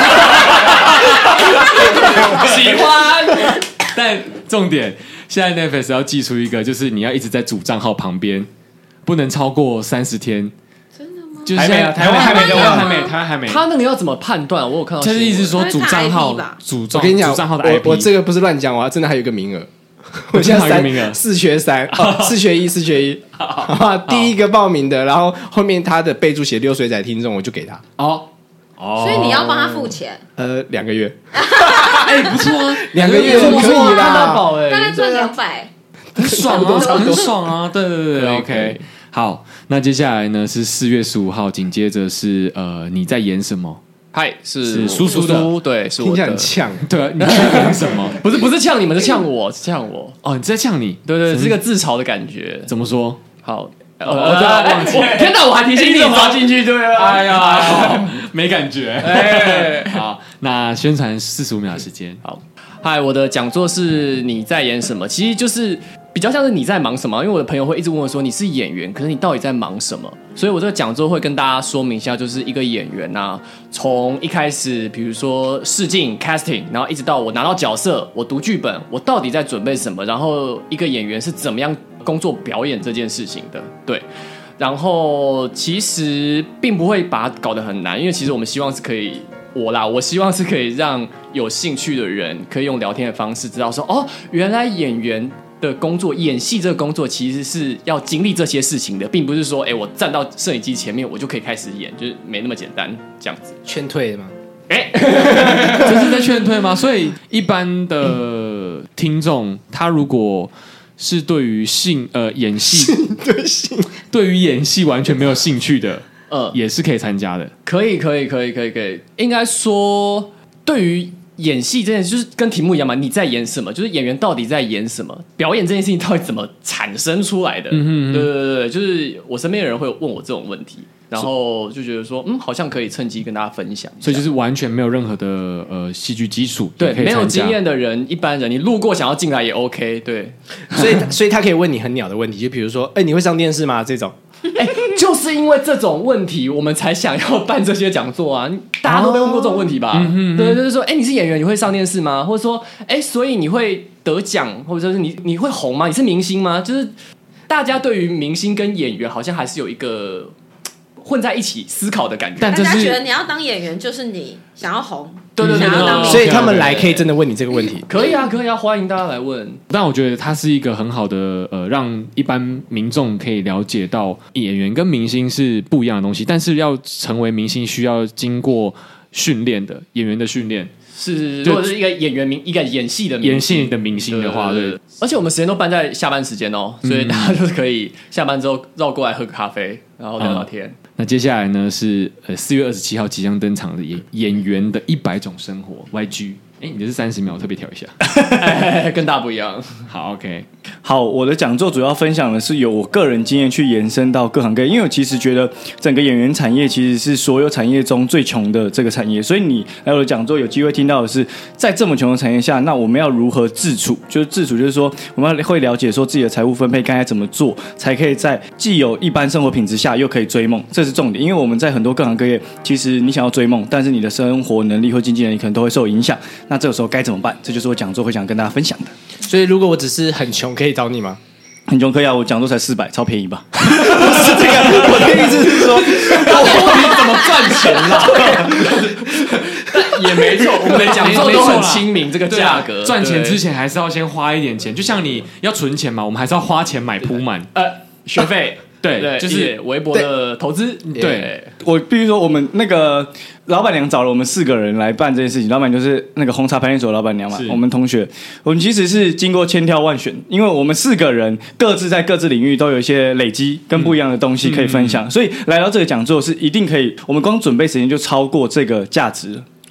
喜欢，但重点现在 Netflix 要寄出一个，就是你要一直在主账号旁边，不能超过三十天。 真的吗？ 就是还没啊台湾台湾台湾还没， 还没台湾还没。 他那个要怎么判断？我有看到新闻， 就是意思说主账号会看 I P 吧主账我跟你讲， 主账号的 I P， 我我这个不是乱讲，我真的还有一个名额。我现在还有一个名额三四缺三，哦，四缺一，四缺一。好，第一个报名的，然后后面他的备注写溜水仔听众，我就给他。 哦哦， 所以你要帮他付钱， 呃，两个月， 哎不错啊， 两个月可以不错啊看到啦。 饱哎， 大概赚两百。 很爽啊，很爽啊，对对对对可以可 ，OK 以。 好，那接下来呢是四月十五号，紧接着是呃你在演什么？ 嗨，是是我叔叔的叔，对，是我的听起来很，呛， 对啊，你在演什么？ 不是不是呛你们，是呛我，是呛我， 哦，你在呛你？ 对对， 什么是个自嘲的感觉。 怎么说？ 好， 哦对啊忘记我天哪，我还提醒你抓进去，对啊， 哎呀，没感觉。 哎， 好，那宣传四十五秒的时间。 好，嗨，我的讲座是你在演什么？其实就是比较像是你在忙什么，因为我的朋友会一直问我说你是演员，可是你到底在忙什么？所以我这个讲座会跟大家说明一下，就是一个演员啊，从一开始比如说试镜 casting， 然后一直到我拿到角色，我读剧本，我到底在准备什么？然后一个演员是怎么样工作表演这件事情的？对。然后其实并不会把它搞得很难，因为其实我们希望是可以，我啦，我希望是可以让有兴趣的人可以用聊天的方式知道说，哦，原来演员的工作，演戏这个工作其实是要经历这些事情的，并不是说，哎，我站到摄影机前面我就可以开始演，就是没那么简单，这样子。 劝退吗？ 这是在劝退吗？所以一般的听众，他如果是对于性呃演戏对性， 对于演戏完全没有兴趣的， 呃， 也是可以参加的。 可以，可以，可以，可以，可以。应该说，对于演戏这件事，就是跟题目一样嘛，你在演什么？就是演员到底在演什么？表演这件事情到底怎么产生出来的？嗯嗯，对对对对，就是我身边的人会问我这种问题，然后就觉得说，嗯，好像可以趁机跟大家分享一下。 所以就是完全没有任何的呃戏剧基础， 对也可以参加没有经验的人，一般人你路过想要进来也 OK。对， 所以所以他可以问你很鸟的问题，就比如说，哎，你会上电视吗？这种。 哎，就是因为这种问题，我们才想要办这些讲座啊！大家都被问过这种问题吧？ 哦嗯对，就是说，哎，你是演员，你会上电视吗？或者说，哎，所以你会得奖，或者是你你会红吗？你是明星吗？就是大家对于明星跟演员好像还是有一个混在一起思考的感觉。 但这是大家觉得你要当演员就是你想要红， 对对对对对想要当明星所以他们来可以真的问你这个问题。 可以啊，可以啊，欢迎大家来问。 但我觉得它是一个很好的呃，让一般民众可以了解到演员跟明星是不一样的东西，但是要成为明星需要经过训练的演员的训练， 是是是， 就如果是一个演员明一个演戏的明星演戏的明星的话，对， 而且我们时间都办在下班时间哦，所以大家就是可以下班之后绕过来喝个咖啡，然后聊聊天。 那接下来呢是呃四月二十七号即将登场的演演员的一百种生活 Y G， 哎，你的是三十秒，我特别调一下， 跟大家不一样。 好 ，OK， 好，我的讲座主要分享的是由我个人经验去延伸到各行各业，因为我其实觉得整个演员产业其实是所有产业中最穷的这个产业，所以你来我的讲座有机会听到的是，在这么穷的产业下，那我们要如何自处？就是自处，就是说我们会了解说自己的财务分配该怎么做，才可以在既有一般生活品质下，又可以追梦，这是重点。因为我们在很多各行各业，其实你想要追梦，但是你的生活能力或经济能力可能都会受影响。那这个时候该怎么办？这就是我讲座会想跟大家分享的。 所以如果我只是很穷，可以找你吗？ 很穷可以啊，我讲座才四百，超便宜吧？ 不是这个，我的意思是说， 你怎么赚钱啦？但也没错，我们的讲座都很亲民，这个价格赚钱之前还是要先花一点钱，就像你要存钱嘛，我们还是要花钱买铺满， 呃学费。 对， 对， 就就是是微博的投资。 对， 我必须说，我们那个老板娘找了我们四个人来办这件事情。老板就是那个红茶排练所的老板娘嘛，我们同学。我们其实是经过千挑万选，因为我们四个人各自在各自领域都有一些累积跟不一样的东西可以分享，嗯、所以来到这个讲座是一定可以。我们光准备时间就超过这个价值了。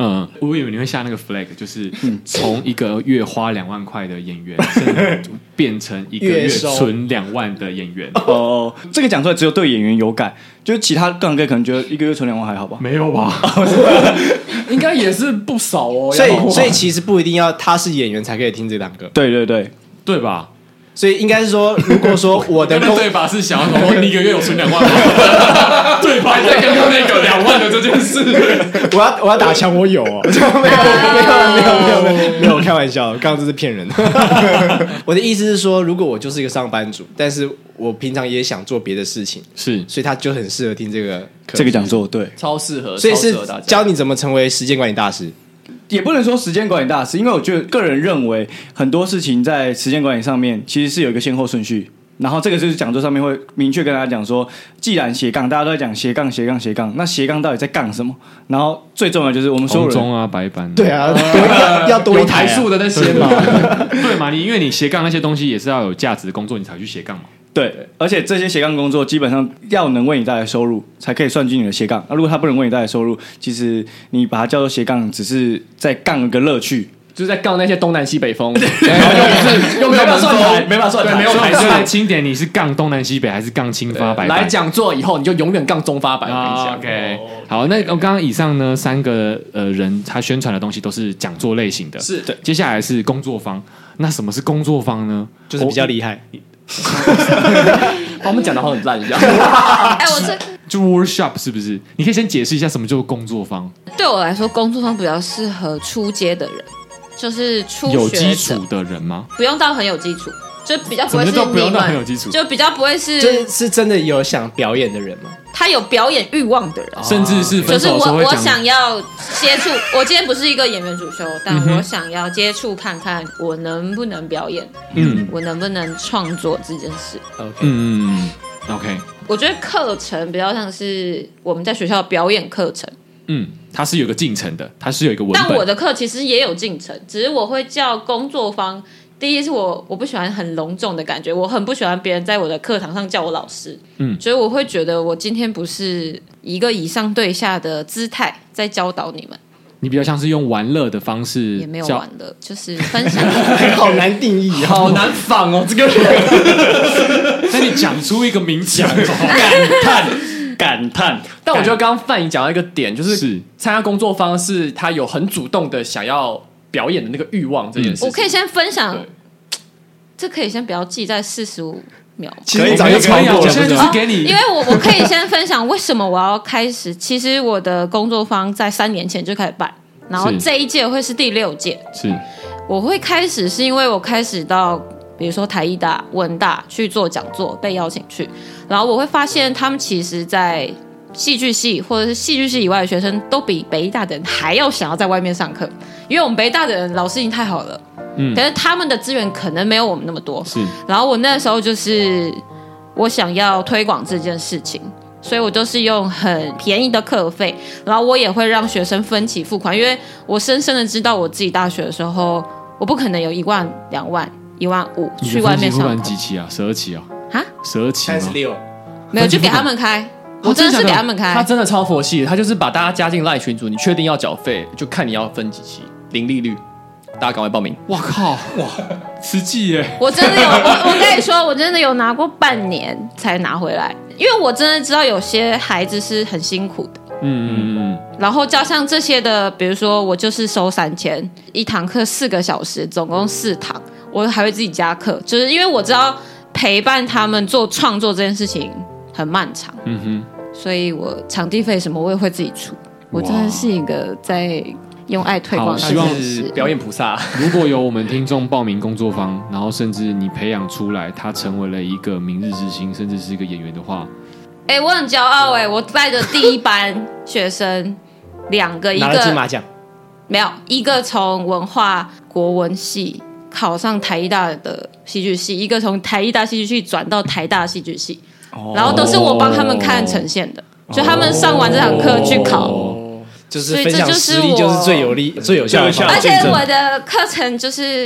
嗯，我以为你会下那个 flag， 就是从一个月花两万块的演员，甚至变成一个月存两万的演员。 哦，这个讲出来只有对演员有感，就是其他各行各业可能觉得一个月存两万还好吧？ 没有吧？ 应该也是不少哦。 所以所以其实不一定要他是演员才可以听这档歌， 对对对， 对吧？ 所以应该是说，如果说我的工对吧是想要说你一个月有存两万吗？对吧？在刚刚那个两万的这件事， 我要我要打枪，我有哦，没有没有没有没有没有没有开玩笑，刚刚这是骗人的。我的意思是说，如果我就是一个上班族，但是我平常也想做别的事情， 是， 所以他就很适合听这个这个讲座，对， 超适合， 所以是超适合大家教你怎么成为时间管理大师。 也不能说时间管理大师，因为我觉得个人认为很多事情在时间管理上面其实是有一个先后顺序。然后这个就是讲座上面会明确跟大家讲说，既然斜杠大家都在讲斜杠斜杠斜杠，那斜杠到底在杠什么？然后最重要就是我们所有人红中啊白板， 对啊，多要多一台台数的那些嘛， 对嘛？你因为你斜杠那些东西也是要有价值的工作，你才去斜杠嘛。 对，而且这些斜杠工作基本上要能为你带来收入，才可以算进你的斜杠。那如果它不能为你带来收入，其实你把它叫做斜杠，只是在杠一个乐趣。 就是在杠那些东南西北风，然后又是又没有办法算台，没办法算台，没有台数。清点你是杠东南西北还是杠清发白板？ 来讲座以后，你就永远杠中发白。 啊 OK， 好，那刚刚以上呢三个呃人他宣传的东西都是讲座类型的， 是对。 接下来是工作坊，那什么是工作坊呢？ 就是比较厉害。 把我们讲的好很烂一样。 哎，我这就 workshop 是不是？你可以先解释一下什么叫工作坊。 对我来说，工作坊比较适合初阶的人，就是初学者有基础的人吗？ 不用到很有基础，就比较不会是什么叫不用你到很有基础们，就比较不会是就是是真的有想表演的人吗？ 他有表演欲望的人， 甚至是分就是我我手的时候会讲想要接触，我今天不是一个演员主修，但我想要接触看看我能不能表演， 嗯我能不能创作这件事。 OK， 嗯嗯嗯 OK， 我觉得课程比较像是我们在学校的表演课程， 嗯，它是有个进程的，它是有一个文本。 但我的课其实也有进程，只是我会叫工作坊。第一是我我不喜欢很隆重的感觉，我很不喜欢别人在我的课堂上叫我老师，嗯，所以我会觉得我今天不是一个以上对下的姿态在教导你们， 你比较像是用玩乐的方式， 也没有玩乐，就是分享。 好难定义， 好难仿哦，这个人。 那你讲出一个名词， 感叹感叹。 但我觉得刚刚范怡讲到一个点，就是参加工作坊是他有很主动的想要表演的那个欲望这件事情。 我可以先分享，这可以先不要记在四十五秒。 其实你早就超过了， 我现在就是给你， 因为我我可以先分享为什么我要开始。其实我的工作坊在三年前就开始办，然后这一届会是第六届。 是， 我会开始是因为我开始到比如说台艺大、文大去做讲座，被邀请去，然后我会发现他们其实在戏剧系或者是戏剧系以外的学生都比北艺大的人还要想要在外面上课，因为我们北艺大的人老师已经太好了，嗯，可是他们的资源可能没有我们那么多， 是。 然后我那时候就是我想要推广这件事情，所以我就是用很便宜的课费，然后我也会让学生分期付款，因为我深深的知道我自己大学的时候，我不可能有一万、两万、一万五去外面上课。 几期啊？十二期啊？ 啊？ 十二期吗？ 三十六， 没有，就给他们开。我真的是给他们开， 他真的超佛系的，他就是把大家加进赖群组，你确定要缴费，就看你要分几期，零利率，大家赶快报名。 哇靠，哇，实际耶！ 我真的有，我我跟你说，我真的有拿过半年才拿回来，因为我真的知道有些孩子是很辛苦的。 嗯嗯嗯。 然后加上这些的，比如说我就是收三千一堂课四个小时，总共四堂，我还会自己加课，就是因为我知道陪伴他们做创作这件事情很漫长。嗯哼。所以我场地费什么我也会自己出，我真的是一个在用爱推广。 希望是表演菩萨。 如果有我们听众报名工作坊，然后甚至你培养出来，他成为了一个明日之星，甚至是一个演员的话， 哎、欸，我很骄傲哎、欸！我带着第一班学生两个，一个拿了金马奖， 没有一个从文化国文系考上台艺大的戏剧系，一个从台艺大戏剧系转到台大戏剧系。Oh. 然后都是我帮他们看呈现的， oh. 就他们上完这堂课去考， oh. 就是分享实力就是最有力、最有效的。 而且我的课程就是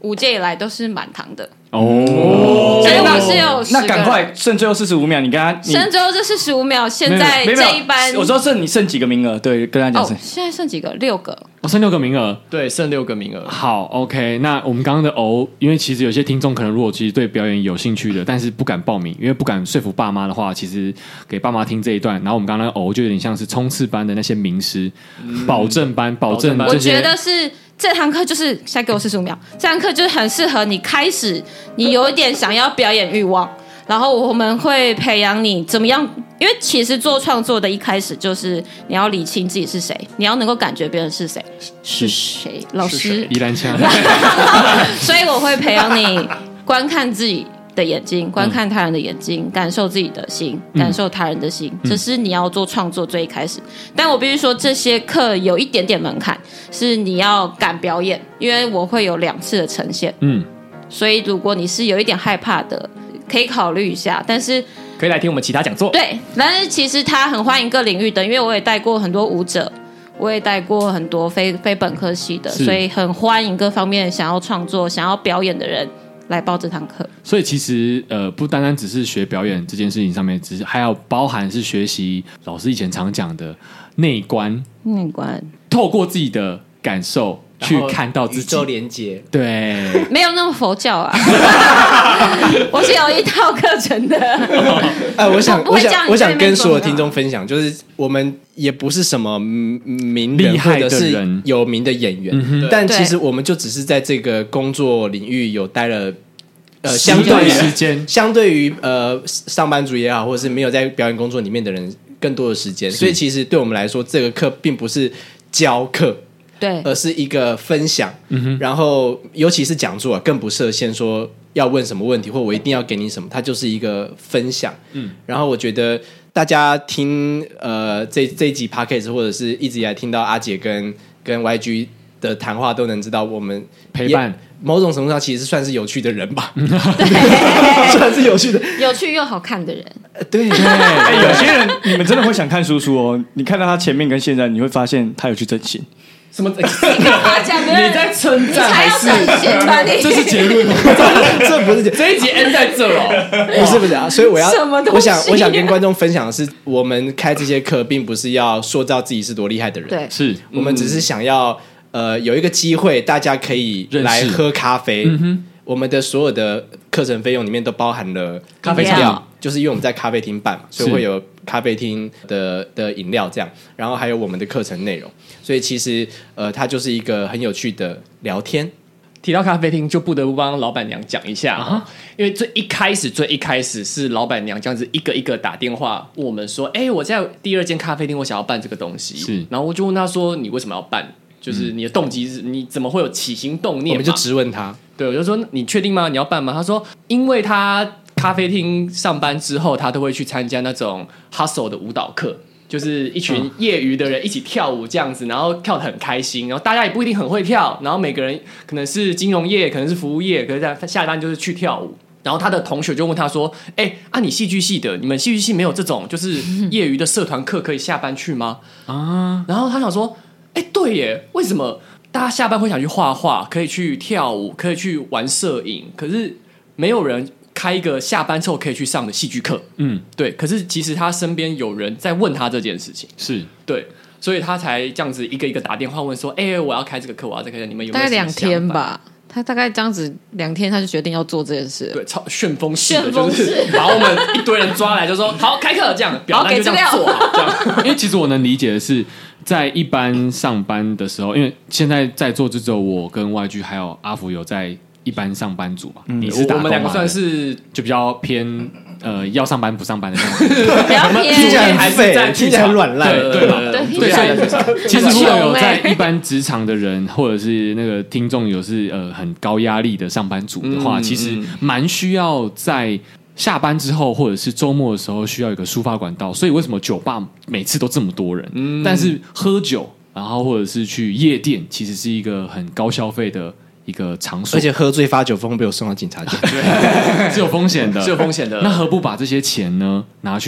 五届以来都是满堂的。 哦， 所以我是有十个那赶快剩最后四十五秒，你跟他你剩最后这四十五秒，现在没有这一班我说剩你剩几个名额？对，跟他讲哦剩， 现在剩几个？六个。 我剩六个名额。 对，剩六个名额。 好 ，OK， 那我们刚刚的偶，因为其实有些听众可能如果其实对表演有兴趣的，但是不敢报名，因为不敢说服爸妈的话，其实给爸妈听这一段，然后我们刚刚那个偶就有点像是冲刺班的那些名师，嗯、保证班，保证班我这些。 觉得是这堂课就是现在给我四十五秒，这堂课就是很适合你开始，你有一点想要表演欲望，然后我们会培养你怎么样。因为其实做创作的一开始就是你要理清自己是谁，你要能够感觉别人是谁，是谁，老师宜兰腔， 所以我会培养你观看自己的眼睛，观看他人的眼睛，感受自己的心，感受他人的心，嗯、这是你要做创作最一开始。但我必须说，这些课有一点点门槛，是你要敢表演，因为我会有两次的呈现，嗯，所以如果你是有一点害怕的，可以考虑一下，但是。 可以来听我们其他讲座。 对，但是其实他很欢迎各领域的，因为我也带过很多舞者，我也带过很多非非本科系的，所以很欢迎各方面想要创作、想要表演的人来报这堂课。 所以其实呃，不单单只是学表演这件事情上面，只是还要包含是学习老师以前常讲的内观， 内观， 透过自己的感受。去看到自己宇宙连接， 对， 没有那么佛教啊，我是有一套课程的。 哎，我想，我想，我想跟所有听众分享，就是我们也不是什么名人或者是有名的演员，嗯、但其实我们就只是在这个工作领域有待了。呃，相对于时间， 相对于呃上班族也好，或者是没有在表演工作里面的人，更多的时间，所以其实对我们来说，这个课并不是教课。 对， 而是一个分享，嗯、然后尤其是讲座、啊，更不设限说要问什么问题，或我一定要给你什么，它就是一个分享。嗯，然后我觉得大家听呃这这一集 podcast 或者是一直以来听到阿姐跟跟 Y G 的谈话，都能知道我们陪伴某种程度上其实算是有趣的人吧，算是有趣的， 有趣又好看的人。 对， 对欸、有些人你们真的会想看叔叔哦，你看到他前面跟现在，你会发现他有去整形。 什么？你你在称赞还是？ 这是结论吗？ 这不是这一集 end 在这哦， 不是不是啊。所以我要， 什么东西我想我想跟观众分享的是，我们开这些课，并不是要塑造自己是多厉害的人， 对， 是我们只是想要呃有一个机会，大家可以来喝咖啡。嗯、我们的所有的课程费用里面都包含了咖啡料， 就是因为我们在咖啡厅办嘛，所以会有咖啡厅的的饮料这样，然后还有我们的课程内容。所以其实呃，它就是一个很有趣的聊天。 提到咖啡厅，就不得不帮老板娘讲一下、uh-huh. 因为最一开始最一开始是老板娘这样子一个一个打电话问我们说，哎、欸，我在第二间咖啡厅，我想要办这个东西， 是， 然后我就问他说，你为什么要办？就是你的动机是，你怎么会有起心动念？ 我们就质问他， 对，我就说你确定吗？你要办吗？他说，因为他咖啡厅上班之后，他都会去参加那种 hustle 的舞蹈课。就是一群业余的人一起跳舞这样子，然后跳得很开心，然后大家也不一定很会跳，然后每个人可能是金融业，可能是服务业，可是在下班就是去跳舞。然后他的同学就问他说：“哎、欸，啊，你戏剧系的，你们戏剧系没有这种就是业余的社团课可以下班去吗？”啊，然后他想说：“哎、欸，对耶，为什么大家下班会想去画画，可以去跳舞，可以去玩摄影，可是没有人？”开一个下班之后可以去上的戏剧课，嗯，对。可是其实他身边有人在问他这件事情， 是对， 所以他才这样子一个一个打电话问说：“哎、欸，我要开这个课，我要再开，你们有没有？” 大概两天吧，他大概这样子两天，他就决定要做这件事。 对，超旋风式的，就是把我们一堆人抓来，就说：“好，开课。”这样表单就这样做好，这样。 因为其实我能理解的是，在一般上班的时候，因为现在在座就只有我跟 Y G 还有阿福有在。一般上班族嘛，嗯、你是打工嘛， 我们两个算是就比较偏呃要上班不上班的那种， 比较偏， 听起来很废，听起来很软烂， 对对吧？ 对， 对，所以其实如果有在一般职场的人，或者是那个听众有是呃很高压力的上班族的话，嗯、其实蛮需要在下班之后或者是周末的时候需要一个抒发管道。所以为什么酒吧每次都这么多人？嗯、但是喝酒，然后或者是去夜店，其实是一个很高消费的。一个场所， 而且喝醉发酒疯被我送到警察局， 是有风险的， 是有风险的。 那何不把这些钱呢拿去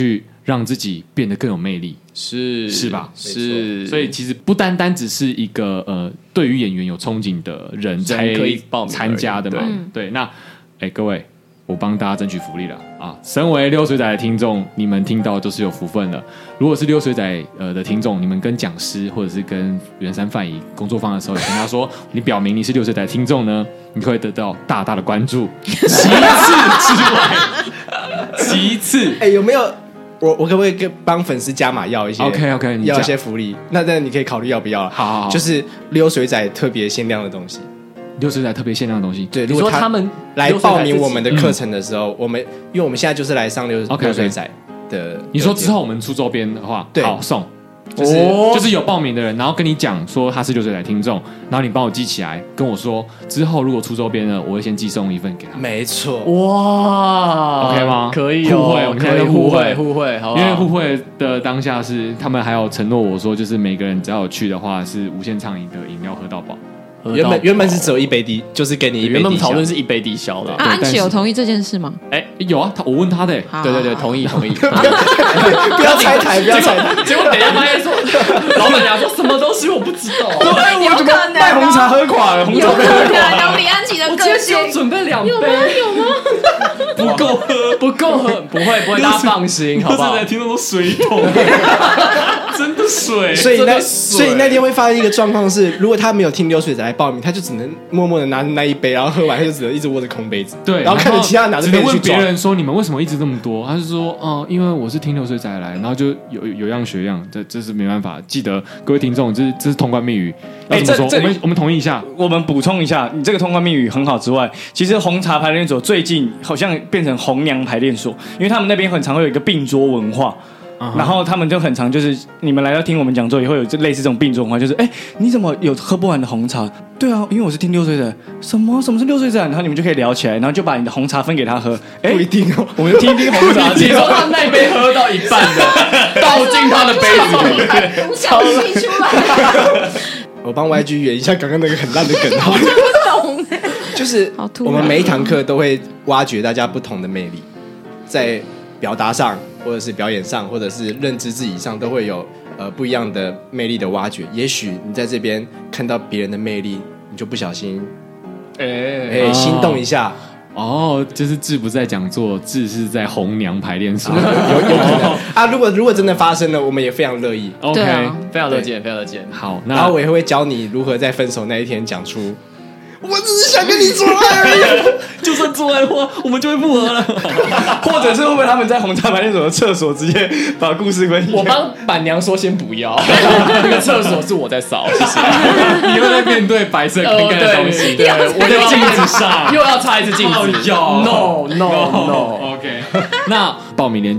让自己变得更有魅力， 是是吧？ 是， 所以其实不单单只是一个呃，对于演员有憧憬的人才可以报名参加的嘛。 对对，那哎，各位，我帮大家争取福利了啊！身为溜水仔的听众，你们听到就是有福分了。如果是溜水仔呃的听众，你们跟讲师或者是跟圆山范怡工作坊的时候，跟他说你表明你是溜水仔的听众呢，你会得到大大的关注。其次之外，其次， 哎、有没有我我可不可以跟帮粉丝加码要一些 OK OK， 要一些福利？那那你可以考虑要不要了。 好好好， 就是溜水仔特别限量的东西。 溜水仔特别限量的东西。 对， 你如果说他们来报名我们的课嗯程的时候，我们因为我们现在就是来上溜 OK，OK 溜水仔的。 你说之后我们出周边的话， 对好送。就是、 哦就是有报名的人，然后跟你讲说他是溜水仔听众，然后你帮我记起来，跟我说之后如果出周边了，我会先寄送一份给他。 没错， 哇 OK 吗可以哦， 互惠我们现在可以互就互惠惠互惠，好不好， 因为互惠的当下是他们还有承诺我说，就是每个人只要有去的话，是无限畅饮的饮料喝到饱。 原本原本是只有一杯低，就是给你一杯原本低消讨论是一杯低消的， 啊，安对但是琪有同意这件事吗？ 哎、有啊，他我问他的、欸， 好对对对， 好同意同意。 不要拆台，不要拆台。 结果等一下发现说，老板娘说什么东西我不知道， 对，有可能卖红茶喝垮了，红有可茶被喝垮能了。 有李安琪的我今个性天只有。准备两杯， 有吗？有吗？ 不够喝，不够喝，不会不会，大家放心，好不好？ 听众都水桶，真的水。 所以那真的水所以那天会发生一个状况是，如果他没有听流水仔来报名，他就只能默默的拿着那一杯，然后喝完他就只能一直握着空杯子， 对， 然后看着其他人拿着只能问别杯子去装。 人说你们为什么一直这么多？他就说，哦、因为我是听流水仔来，然后就有有样学样，这这是没办法。记得各位听众，这是这是通关密语，要哎怎么说？ 这这里我们我们同意一下。 我们补充一下，你这个通关密语很好之外，其实红茶排练所最近好像变成红娘排练所，因为他们那边很常会有一个并桌文化。然后他们就很常就是你们来到听我们讲座也会有这类似这种并桌文化，就是哎你怎么有喝不完的红茶？对啊，因为我是听溜水仔。什么什么是溜水仔？然后你们就可以聊起来，然后就把你的红茶分给他喝。哎， 不一定哦， 我们就听一听红茶。 你说他那杯喝到一半的，倒进他的杯子里， 不想气出来， 我帮 Y G 圆一下刚刚那个很烂的梗，好， 不懂。 就是好突然我们每一堂课都会挖掘大家不同的魅力，在表达上，或者是表演上，或者是认知自己上，都会有呃不一样的魅力的挖掘。也许你在这边看到别人的魅力，你就不小心哎， 哎、心动一下， 哦，就是志不在讲座，志是在红娘排练所。 有有可能啊。如果如果真的发生了，我们也非常乐意。 OK，、 对啊非常乐见，非常乐见。 好，那然后我也会教你如何在分手那一天讲出我只是想跟你做爱而已。 就算做爱的话，我们就会复合了。 或者是会不会他们在红茶排练所的厕所直接把故事分析？ 我帮板娘说先不要，那个厕所是我在扫，谢谢。 你又在面对白色干干的东西， 对，我的镜子上又要擦一次镜子哦有 ，no no no。 OK，那报名链